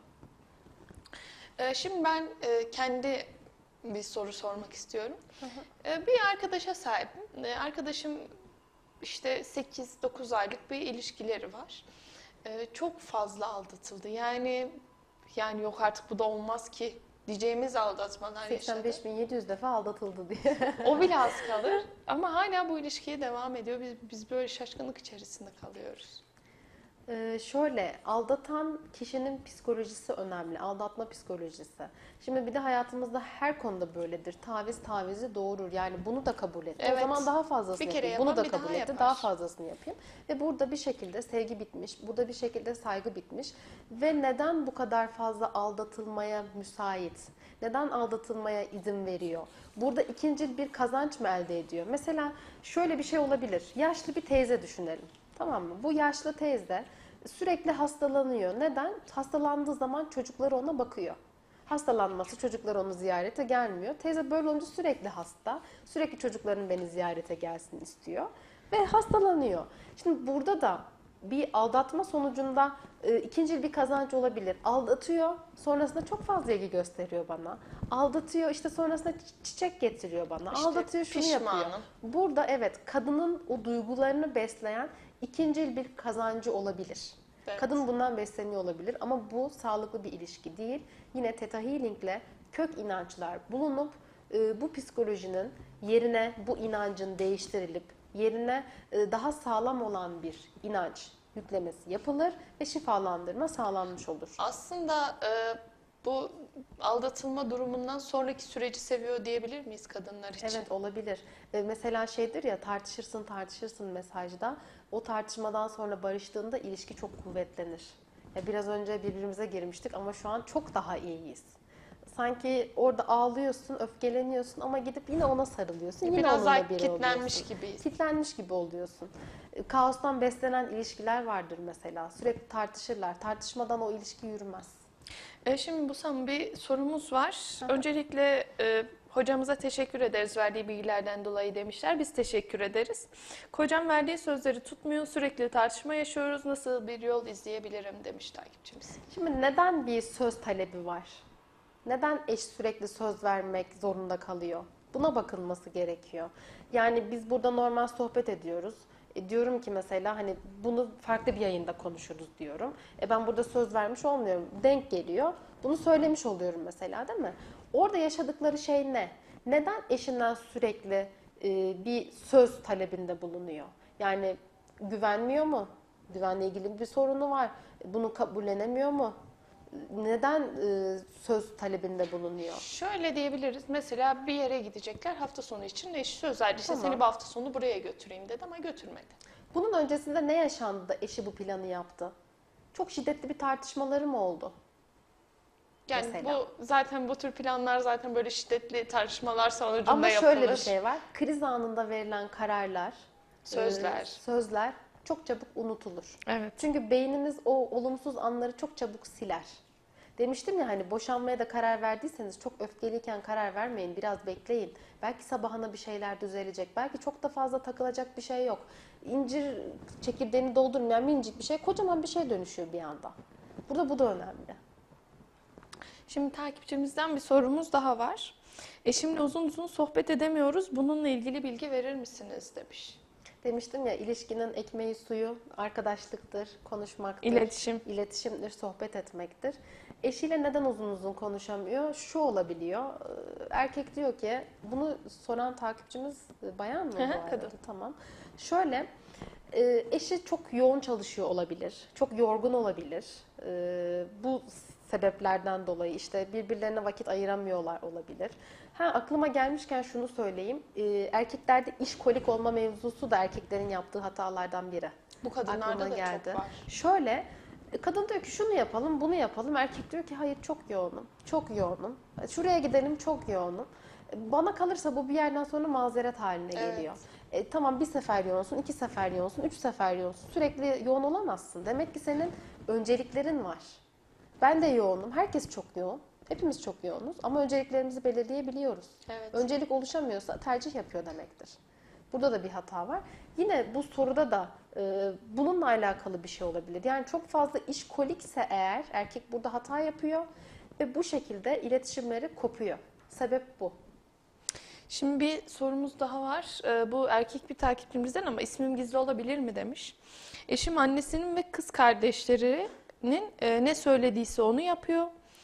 Şimdi ben kendi bir soru sormak istiyorum. Bir arkadaşa sahibim. Arkadaşım işte 8-9 aylık bir ilişkileri var. Çok fazla aldatıldı. Yani yok artık bu da olmaz ki diyeceğimiz aldatmalar yaşadı. 85.700 defa aldatıldı diye. O bile az kalır ama hala bu ilişkiye devam ediyor. Biz böyle şaşkınlık içerisinde kalıyoruz. Şöyle, aldatan kişinin psikolojisi önemli. Aldatma psikolojisi. Şimdi bir de hayatımızda her konuda böyledir. Taviz tavizi doğurur. Yani bunu da kabul etti. Evet. O zaman daha fazlasını Bir kere yapayım. Bunu yapan da bir kabul daha etti. yapar. Daha fazlasını yapayım. Ve burada bir şekilde sevgi bitmiş. Burada bir şekilde saygı bitmiş. Ve neden bu kadar fazla aldatılmaya müsait? Neden aldatılmaya izin veriyor? Burada ikincil bir kazanç mı elde ediyor? Mesela şöyle bir şey olabilir. Yaşlı bir teyze düşünelim. Tamam mı? Bu yaşlı teyze sürekli hastalanıyor. Neden? Hastalandığı zaman çocukları ona bakıyor. Hastalanması, çocuklar onu ziyarete gelmiyor. Teyze böyle olunca sürekli hasta. Sürekli çocukların beni ziyarete gelsin istiyor. Ve hastalanıyor. Şimdi burada da bir aldatma sonucunda ikincil bir kazanç olabilir. Aldatıyor, sonrasında çok fazla ilgi gösteriyor bana. Aldatıyor, işte sonrasında çiçek getiriyor bana. İşte aldatıyor, şunu pişmanım. yapıyor. Burada evet, kadının o duygularını besleyen ikincil bir kazancı olabilir. Evet. Kadın bundan besleniyor olabilir ama bu sağlıklı bir ilişki değil. Yine Theta Healing'le kök inançlar bulunup bu psikolojinin yerine bu inancın değiştirilip yerine daha sağlam olan bir inanç yüklemesi yapılır ve şifalandırma sağlanmış olur. Aslında bu aldatılma durumundan sonraki süreci seviyor diyebilir miyiz kadınlar için? Evet, olabilir. Mesela şeydir ya, tartışırsın mesajda. O tartışmadan sonra barıştığında ilişki çok kuvvetlenir. Ya biraz önce birbirimize girmiştik ama şu an çok daha iyiyiz. Sanki orada ağlıyorsun, öfkeleniyorsun ama gidip yine ona sarılıyorsun. Yine biraz onunla daha biri kitlenmiş oluyorsun. gibiyiz. Kitlenmiş gibi oluyorsun. Kaostan beslenen ilişkiler vardır mesela. Sürekli tartışırlar. Tartışmadan o ilişki yürümez. Şimdi Busam, bir sorumuz var. Öncelikle hocamıza teşekkür ederiz verdiği bilgilerden dolayı demişler. Biz teşekkür ederiz. Kocam verdiği sözleri tutmuyor, sürekli tartışma yaşıyoruz. Nasıl bir yol izleyebilirim demiş takipçimiz. Şimdi neden bir söz talebi var? Neden eş sürekli söz vermek zorunda kalıyor? Buna bakılması gerekiyor. Yani biz burada normal sohbet ediyoruz. Diyorum ki mesela hani bunu farklı bir yayında konuşuruz diyorum. Ben burada söz vermiş olmuyorum. Denk geliyor. Bunu söylemiş oluyorum mesela, değil mi? Orada yaşadıkları şey ne? Neden eşinden sürekli bir söz talebinde bulunuyor? Yani güvenmiyor mu? Güvenle ilgili bir sorunu var. Bunu kabullenemiyor mu? Neden söz talebinde bulunuyor? Şöyle diyebiliriz. Mesela bir yere gidecekler hafta sonu için. Eşi söz verdi. İşte Tamam. seni bu hafta sonu buraya götüreyim dedi ama götürmedi. Bunun öncesinde ne yaşandı da eşi bu planı yaptı? Çok şiddetli bir tartışmaları mı oldu? Yani Mesela. bu tür planlar zaten böyle şiddetli tartışmalar sonucunda Ama yapılır. şöyle bir şey var. Kriz anında verilen kararlar, sözler çok çabuk unutulur. Evet. Çünkü beynimiz o olumsuz anları çok çabuk siler. Demiştim ya, hani boşanmaya da karar verdiyseniz çok öfkeliyken karar vermeyin. Biraz bekleyin. Belki sabahına bir şeyler düzelecek. Belki çok da fazla takılacak bir şey yok. İncir çekirdeğini doldurmayan minicik bir şey kocaman bir şey dönüşüyor bir anda. Burada bu da önemli. Şimdi takipçimizden bir sorumuz daha var. Eşimle uzun uzun sohbet edemiyoruz. Bununla ilgili bilgi verir misiniz demiş. Demiştim ya, ilişkinin ekmeği suyu arkadaşlıktır, konuşmaktır, iletişimdir, sohbet etmektir. Eşiyle neden uzun uzun konuşamıyor? Şu olabiliyor. Erkek diyor ki, bunu soran takipçimiz bayan mı bu arada? Kadın. Tamam. Şöyle, eşi çok yoğun çalışıyor olabilir, çok yorgun olabilir. Bu sebeplerden dolayı işte birbirlerine vakit ayıramıyorlar olabilir. Aklıma gelmişken şunu söyleyeyim. Erkeklerde işkolik olma mevzusu da erkeklerin yaptığı hatalardan biri. Bu kadınlarda da çok var. Şöyle, kadın diyor ki şunu yapalım, bunu yapalım. Erkek diyor ki hayır, çok yoğunum, çok yoğunum. Şuraya gidelim, çok yoğunum. Bana kalırsa bu bir yerden sonra mazeret haline geliyor. Tamam, bir sefer yoğunsun, 2 sefer yoğunsun, 3 sefer yoğunsun. Sürekli yoğun olamazsın. Demek ki senin önceliklerin var. Ben de yoğunum. Herkes çok yoğun. Hepimiz çok yoğunuz ama önceliklerimizi belirleyebiliyoruz. Evet. Öncelik oluşamıyorsa tercih yapıyor demektir. Burada da bir hata var. Yine bu soruda da bununla alakalı bir şey olabilir. Yani çok fazla işkolikse eğer erkek burada hata yapıyor ve bu şekilde iletişimleri kopuyor. Sebep bu. Şimdi bir sorumuz daha var. Bu erkek bir takipçimizden ama ismim gizli olabilir mi demiş. Eşim annesinin ve kız kardeşlerinin ne söylediyse onu yapıyor.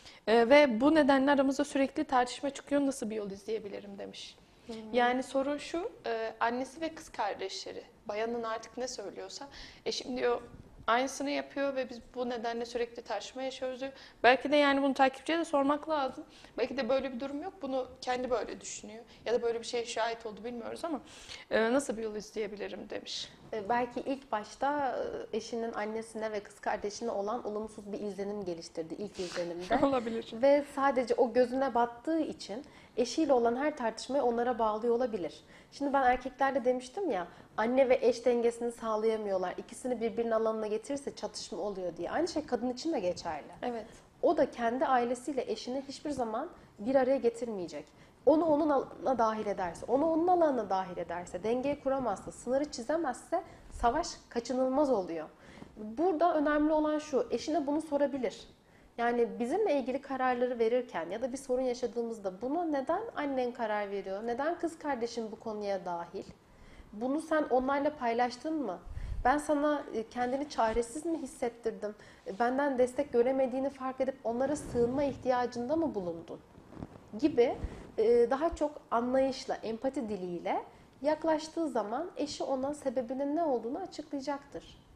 Ve bu nedenle aramızda sürekli tartışma çıkıyor. Nasıl bir yol izleyebilirim demiş. Yani sorun şu, annesi ve kız kardeşleri, bayanın artık ne söylüyorsa, eşim diyor aynısını yapıyor ve biz bu nedenle sürekli tartışma yaşıyoruz diyor. Belki de yani bunu takipçiye de sormak lazım. Belki de böyle bir durum yok, bunu kendi böyle düşünüyor. Ya da böyle bir şeye şahit oldu bilmiyoruz ama nasıl bir yol izleyebilirim demiş. Belki ilk başta eşinin annesine ve kız kardeşine olan olumsuz bir izlenim geliştirdi ilk izlenimde. Olabilir. Ve sadece o gözüne battığı için eşiyle olan her tartışmayı onlara bağlıyor olabilir. Şimdi ben erkeklerde demiştim ya, anne ve eş dengesini sağlayamıyorlar. İkisini birbirinin alanına getirirse çatışma oluyor diye. Aynı şey kadın için de geçerli. Evet. O da kendi ailesiyle eşini hiçbir zaman bir araya getirmeyecek. Onu onun alanına dahil ederse, onu onun alanına dahil ederse, dengeyi kuramazsa, sınırı çizemezse savaş kaçınılmaz oluyor. Burada önemli olan şu, eşine bunu sorabilir. Yani bizimle ilgili kararları verirken ya da bir sorun yaşadığımızda buna neden annen karar veriyor, neden kız kardeşin bu konuya dahil? Bunu sen onlarla paylaştın mı? Ben sana kendini çaresiz mi hissettirdim? Benden destek göremediğini fark edip onlara sığınma ihtiyacında mı bulundun? Gibi daha çok anlayışla, empati diliyle yaklaştığı zaman eşi ona sebebinin ne olduğunu açıklayacaktır.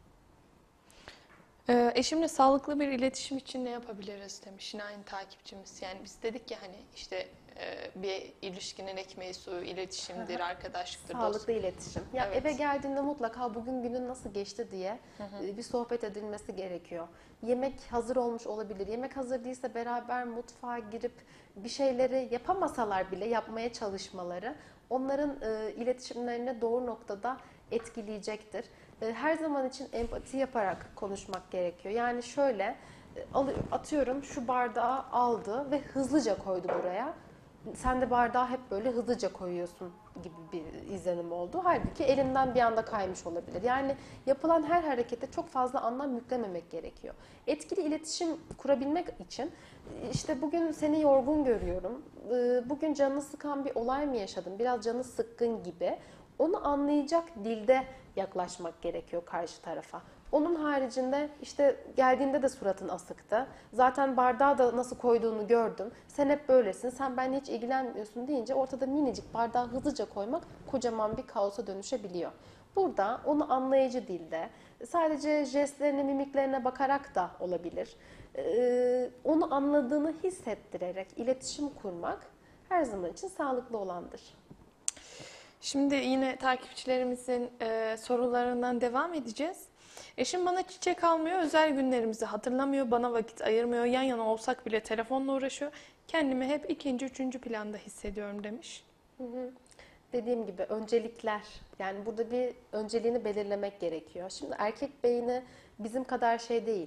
Eşimle sağlıklı bir iletişim için ne yapabiliriz demiş yine aynı takipçimiz. Yani biz dedik ya hani işte bir ilişkinin ekmeği suyu iletişimdir, arkadaşlıktır, sağlıklı iletişim. Ya evet. Eve geldiğinde mutlaka bugün günün nasıl geçti diye bir sohbet edilmesi gerekiyor. Yemek hazır olmuş olabilir. Yemek hazır değilse beraber mutfağa girip bir şeyleri yapamasalar bile yapmaya çalışmaları onların iletişimlerini doğru noktada etkileyecektir. Her zaman için empati yaparak konuşmak gerekiyor. Yani şöyle, atıyorum şu bardağı aldı ve hızlıca koydu buraya. Sen de bardağı hep böyle hızlıca koyuyorsun gibi bir izlenim oldu. Halbuki elinden bir anda kaymış olabilir. Yani yapılan her harekete çok fazla anlam yüklememek gerekiyor. Etkili iletişim kurabilmek için işte bugün seni yorgun görüyorum, bugün canını sıkan bir olay mı yaşadın, biraz canı sıkkın gibi onu anlayacak dilde yaklaşmak gerekiyor karşı tarafa. Onun haricinde işte geldiğinde de suratın asıktı. Zaten bardağı da nasıl koyduğunu gördüm. Sen hep böylesin, sen benimle hiç ilgilenmiyorsun deyince ortada minicik bardağı hızlıca koymak kocaman bir kaosa dönüşebiliyor. Burada onu anlayıcı dilde, sadece jestlerine, mimiklerine bakarak da olabilir. Onu anladığını hissettirerek iletişim kurmak her zaman için sağlıklı olandır. Şimdi yine takipçilerimizin sorularından devam edeceğiz. Eşim bana çiçek almıyor, özel günlerimizi hatırlamıyor, bana vakit ayırmıyor, yan yana olsak bile telefonla uğraşıyor. Kendimi hep ikinci, üçüncü planda hissediyorum demiş. Dediğim gibi öncelikler, yani burada bir önceliğini belirlemek gerekiyor. Şimdi erkek beyni bizim kadar şey değil.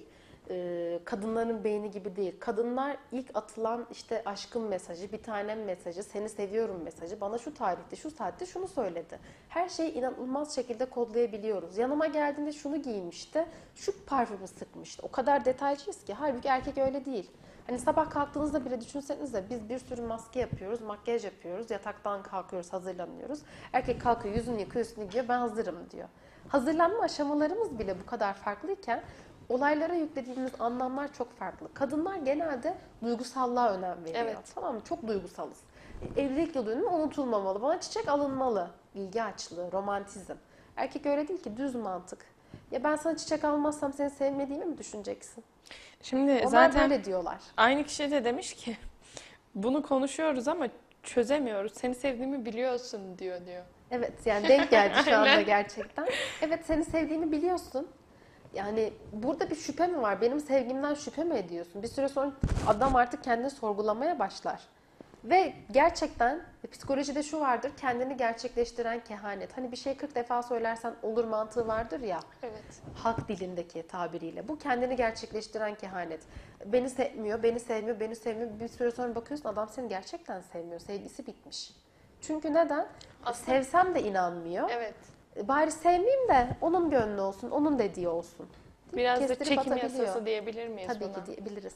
kadınların beyni gibi değil. Kadınlar ilk atılan işte aşkın mesajı, bir tanem mesajı, seni seviyorum mesajı bana şu tarihte, şu saatte şunu söyledi. Her şeyi inanılmaz şekilde kodlayabiliyoruz. Yanıma geldiğinde şunu giymişti, şu parfümü sıkmıştı. O kadar detaycıyız ki. Halbuki erkek öyle değil. Hani sabah kalktığınızda bile düşünsenize biz bir sürü maske yapıyoruz, makyaj yapıyoruz, yataktan kalkıyoruz, hazırlanıyoruz. Erkek kalkıyor, yüzünü yıkıyor, üstünü giyiyor, ben hazırım diyor. Hazırlanma aşamalarımız bile bu kadar farklıyken olaylara yüklediğimiz anlamlar çok farklı. Kadınlar genelde duygusallığa önem veriyor. Evet. Tamam mı? Çok duygusalız. Evlilik yıl dönümü unutulmamalı. Bana çiçek alınmalı. İlgi açlığı, romantizm. Erkek öyle değil ki, düz mantık. Ya ben sana çiçek almazsam seni sevmediğimi mi düşüneceksin? Şimdi Onlar zaten böyle diyorlar. aynı kişi de demiş ki bunu konuşuyoruz ama çözemiyoruz. Seni sevdiğimi biliyorsun diyor. Evet, yani denk geldi şu anda gerçekten. Evet, seni sevdiğimi biliyorsun. Yani burada bir şüphe mi var? Benim sevgimden şüphe mi ediyorsun? Bir süre sonra adam artık kendini sorgulamaya başlar. Ve gerçekten psikolojide şu vardır, kendini gerçekleştiren kehanet. Hani bir şey 40 defa söylersen olur mantığı vardır ya. Evet. Halk dilindeki tabiriyle. Bu kendini gerçekleştiren kehanet. Beni sevmiyor, beni sevmiyor, beni sevmiyor. Bir süre sonra bakıyorsun adam seni gerçekten sevmiyor. Sevgisi bitmiş. Çünkü neden? Aslında- Sevsem de inanmıyor. Evet. Bari sevmeyeyim de onun gönlü olsun, onun dediği olsun. Biraz da Kestirip çekim atabiliyor. yasası diyebilir miyiz Tabii buna? ki diyebiliriz.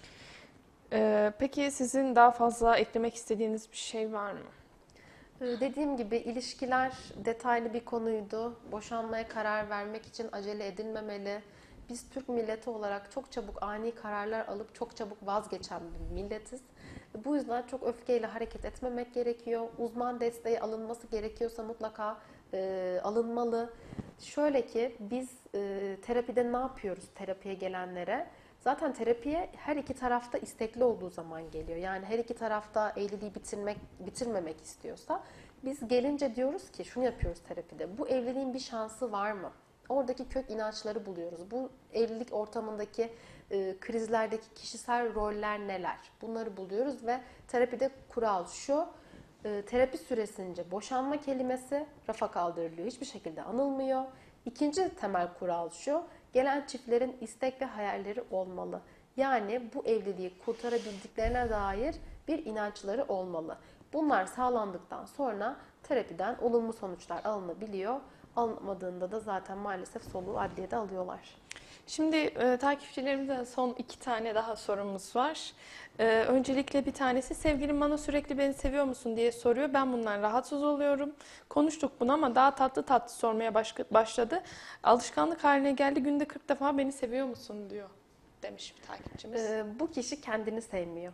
Peki sizin daha fazla eklemek istediğiniz bir şey var mı? Dediğim gibi ilişkiler detaylı bir konuydu. Boşanmaya karar vermek için acele edilmemeli. Biz Türk milleti olarak çok çabuk ani kararlar alıp çok çabuk vazgeçen bir milletiz. Bu yüzden çok öfkeyle hareket etmemek gerekiyor. Uzman desteği alınması gerekiyorsa mutlaka alınmalı. Şöyle ki biz terapide ne yapıyoruz terapiye gelenlere? Zaten terapiye her iki tarafta istekli olduğu zaman geliyor. Yani her iki tarafta evliliği bitirmemek istiyorsa biz gelince diyoruz ki şunu yapıyoruz terapide. Bu evliliğin bir şansı var mı? Oradaki kök inançları buluyoruz. Bu evlilik ortamındaki krizlerdeki kişisel roller neler? Bunları buluyoruz ve terapide kural şu. Terapi süresince boşanma kelimesi rafa kaldırılıyor. Hiçbir şekilde anılmıyor. İkinci temel kural şu. Gelen çiftlerin istek ve hayalleri olmalı. Yani bu evliliği kurtarabildiklerine dair bir inançları olmalı. Bunlar sağlandıktan sonra terapiden olumlu sonuçlar alınabiliyor. Alınmadığında da zaten maalesef soluğu adliyede alıyorlar. Şimdi takipçilerimizden son 2 tane daha sorumuz var. Öncelikle bir tanesi sevgilim bana sürekli beni seviyor musun diye soruyor. Ben bundan rahatsız oluyorum. Konuştuk bunu ama daha tatlı tatlı sormaya başladı. Alışkanlık haline geldi. Günde 40 defa beni seviyor musun diyor demiş bir takipçimiz. Bu kişi kendini sevmiyor.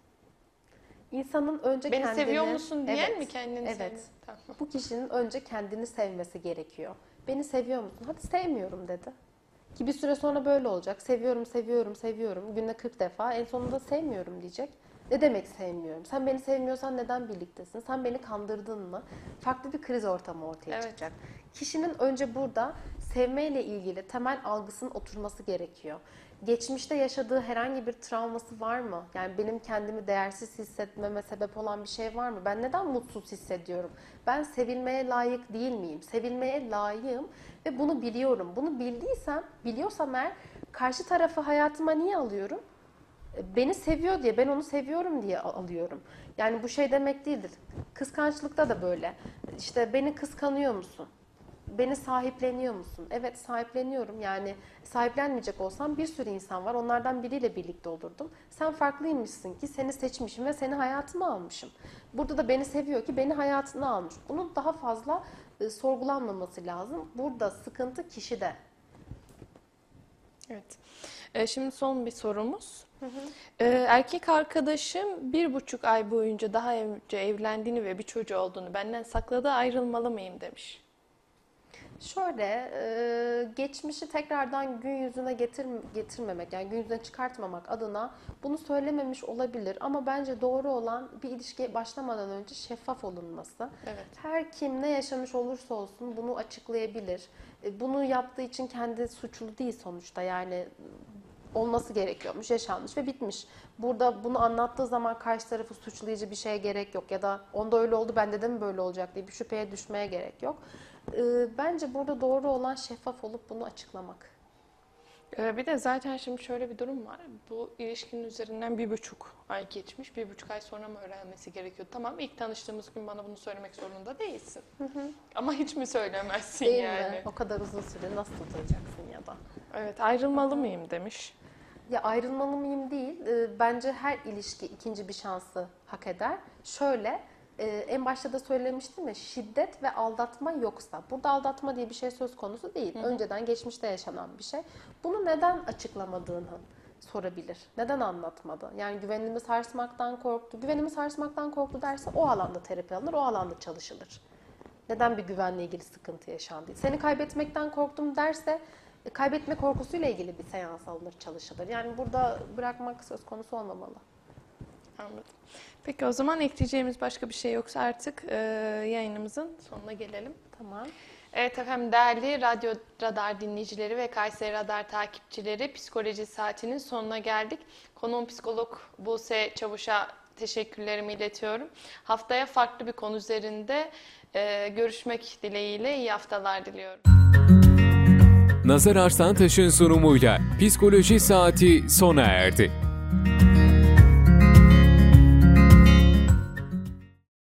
İnsanın önce Beni kendini... seviyor musun diyen Evet, mi kendini evet. sevmiyor? Tamam. Bu kişinin önce kendini sevmesi gerekiyor. Beni seviyor musun? Hadi sevmiyorum dedi. Ki bir süre sonra böyle olacak. Seviyorum, seviyorum, seviyorum. Günde 40 defa. En sonunda sevmiyorum diyecek. Ne demek sevmiyorum? Sen beni sevmiyorsan neden birliktesin? Sen beni kandırdın mı? Farklı bir kriz ortamı ortaya Evet. çıkacak. Kişinin önce burada sevmeyle ilgili temel algısının oturması gerekiyor. Geçmişte yaşadığı herhangi bir travması var mı? Yani benim kendimi değersiz hissetmeme sebep olan bir şey var mı? Ben neden mutsuz hissediyorum? Ben sevilmeye layık değil miyim? Sevilmeye layığım ve bunu biliyorum. Bunu biliyorsam eğer karşı tarafı hayatıma niye alıyorum? Beni seviyor diye, ben onu seviyorum diye alıyorum. Yani bu şey demek değildir. Kıskançlıkta da böyle. İşte beni kıskanıyor musun? Beni sahipleniyor musun? Evet, sahipleniyorum. Yani sahiplenmeyecek olsam bir sürü insan var. Onlardan biriyle birlikte olurdum. Sen farklıymışsın ki seni seçmişim ve seni hayatıma almışım. Burada da beni seviyor ki beni hayatına almış. Bunun daha fazla sorgulanmaması lazım. Burada sıkıntı kişide. Evet. Şimdi son bir sorumuz. Erkek arkadaşım 1,5 ay boyunca daha önce evlendiğini ve bir çocuğu olduğunu benden sakladı, ayrılmalı mıyım demiş. Şöyle, geçmişi tekrardan gün yüzüne getirmemek, yani gün yüzüne çıkartmamak adına bunu söylememiş olabilir. Ama bence doğru olan bir ilişkiye başlamadan önce şeffaf olunması. Evet. Her kim ne yaşamış olursa olsun bunu açıklayabilir. Bunu yaptığı için kendi suçlu değil sonuçta, yani olması gerekiyormuş, yaşanmış ve bitmiş. Burada bunu anlattığı zaman karşı tarafı suçlayıcı bir şeye gerek yok ya da onda öyle oldu bende de mi böyle olacak diye bir şüpheye düşmeye gerek yok. Bence burada doğru olan şeffaf olup bunu açıklamak. Bir de zaten şimdi şöyle bir durum var. Bu ilişkinin üzerinden 1,5 ay geçmiş. 1,5 ay sonra mı öğrenmesi gerekiyor? Tamam, ilk tanıştığımız gün bana bunu söylemek zorunda değilsin. Ama hiç mi söylemezsin Değil yani? mi? O kadar uzun süre nasıl tutacaksın ya da? Evet, ayrılmalı mıyım demiş. Ya ayrılmalı mıyım değil. Bence her ilişki ikinci bir şansı hak eder. Şöyle, en başta da söylemiştim ya, şiddet ve aldatma yoksa, burada aldatma diye bir şey söz konusu değil. Önceden geçmişte yaşanan bir şey. Bunu neden açıklamadığını sorabilir. Neden anlatmadı? Yani güvenimi sarsmaktan korktu. Güvenimi sarsmaktan korktu derse o alanda terapi alınır, o alanda çalışılır. Neden bir güvenle ilgili sıkıntı yaşandı? Seni kaybetmekten korktum derse kaybetme korkusuyla ilgili bir seans alınır, çalışılır. Yani burada bırakmak söz konusu olmamalı. Anladım. Peki o zaman ekleyeceğimiz başka bir şey yoksa artık yayınımızın sonuna gelelim. Tamam. Evet efendim, değerli Radyo Radar dinleyicileri ve Kayseri Radar takipçileri, Psikoloji Saati'nin sonuna geldik. Konuğum psikolog Buse Çavuş'a teşekkürlerimi iletiyorum. Haftaya farklı bir konu üzerinde görüşmek dileğiyle iyi haftalar diliyorum. Nazar Arslantaş'ın sunumuyla Psikoloji Saati sona erdi.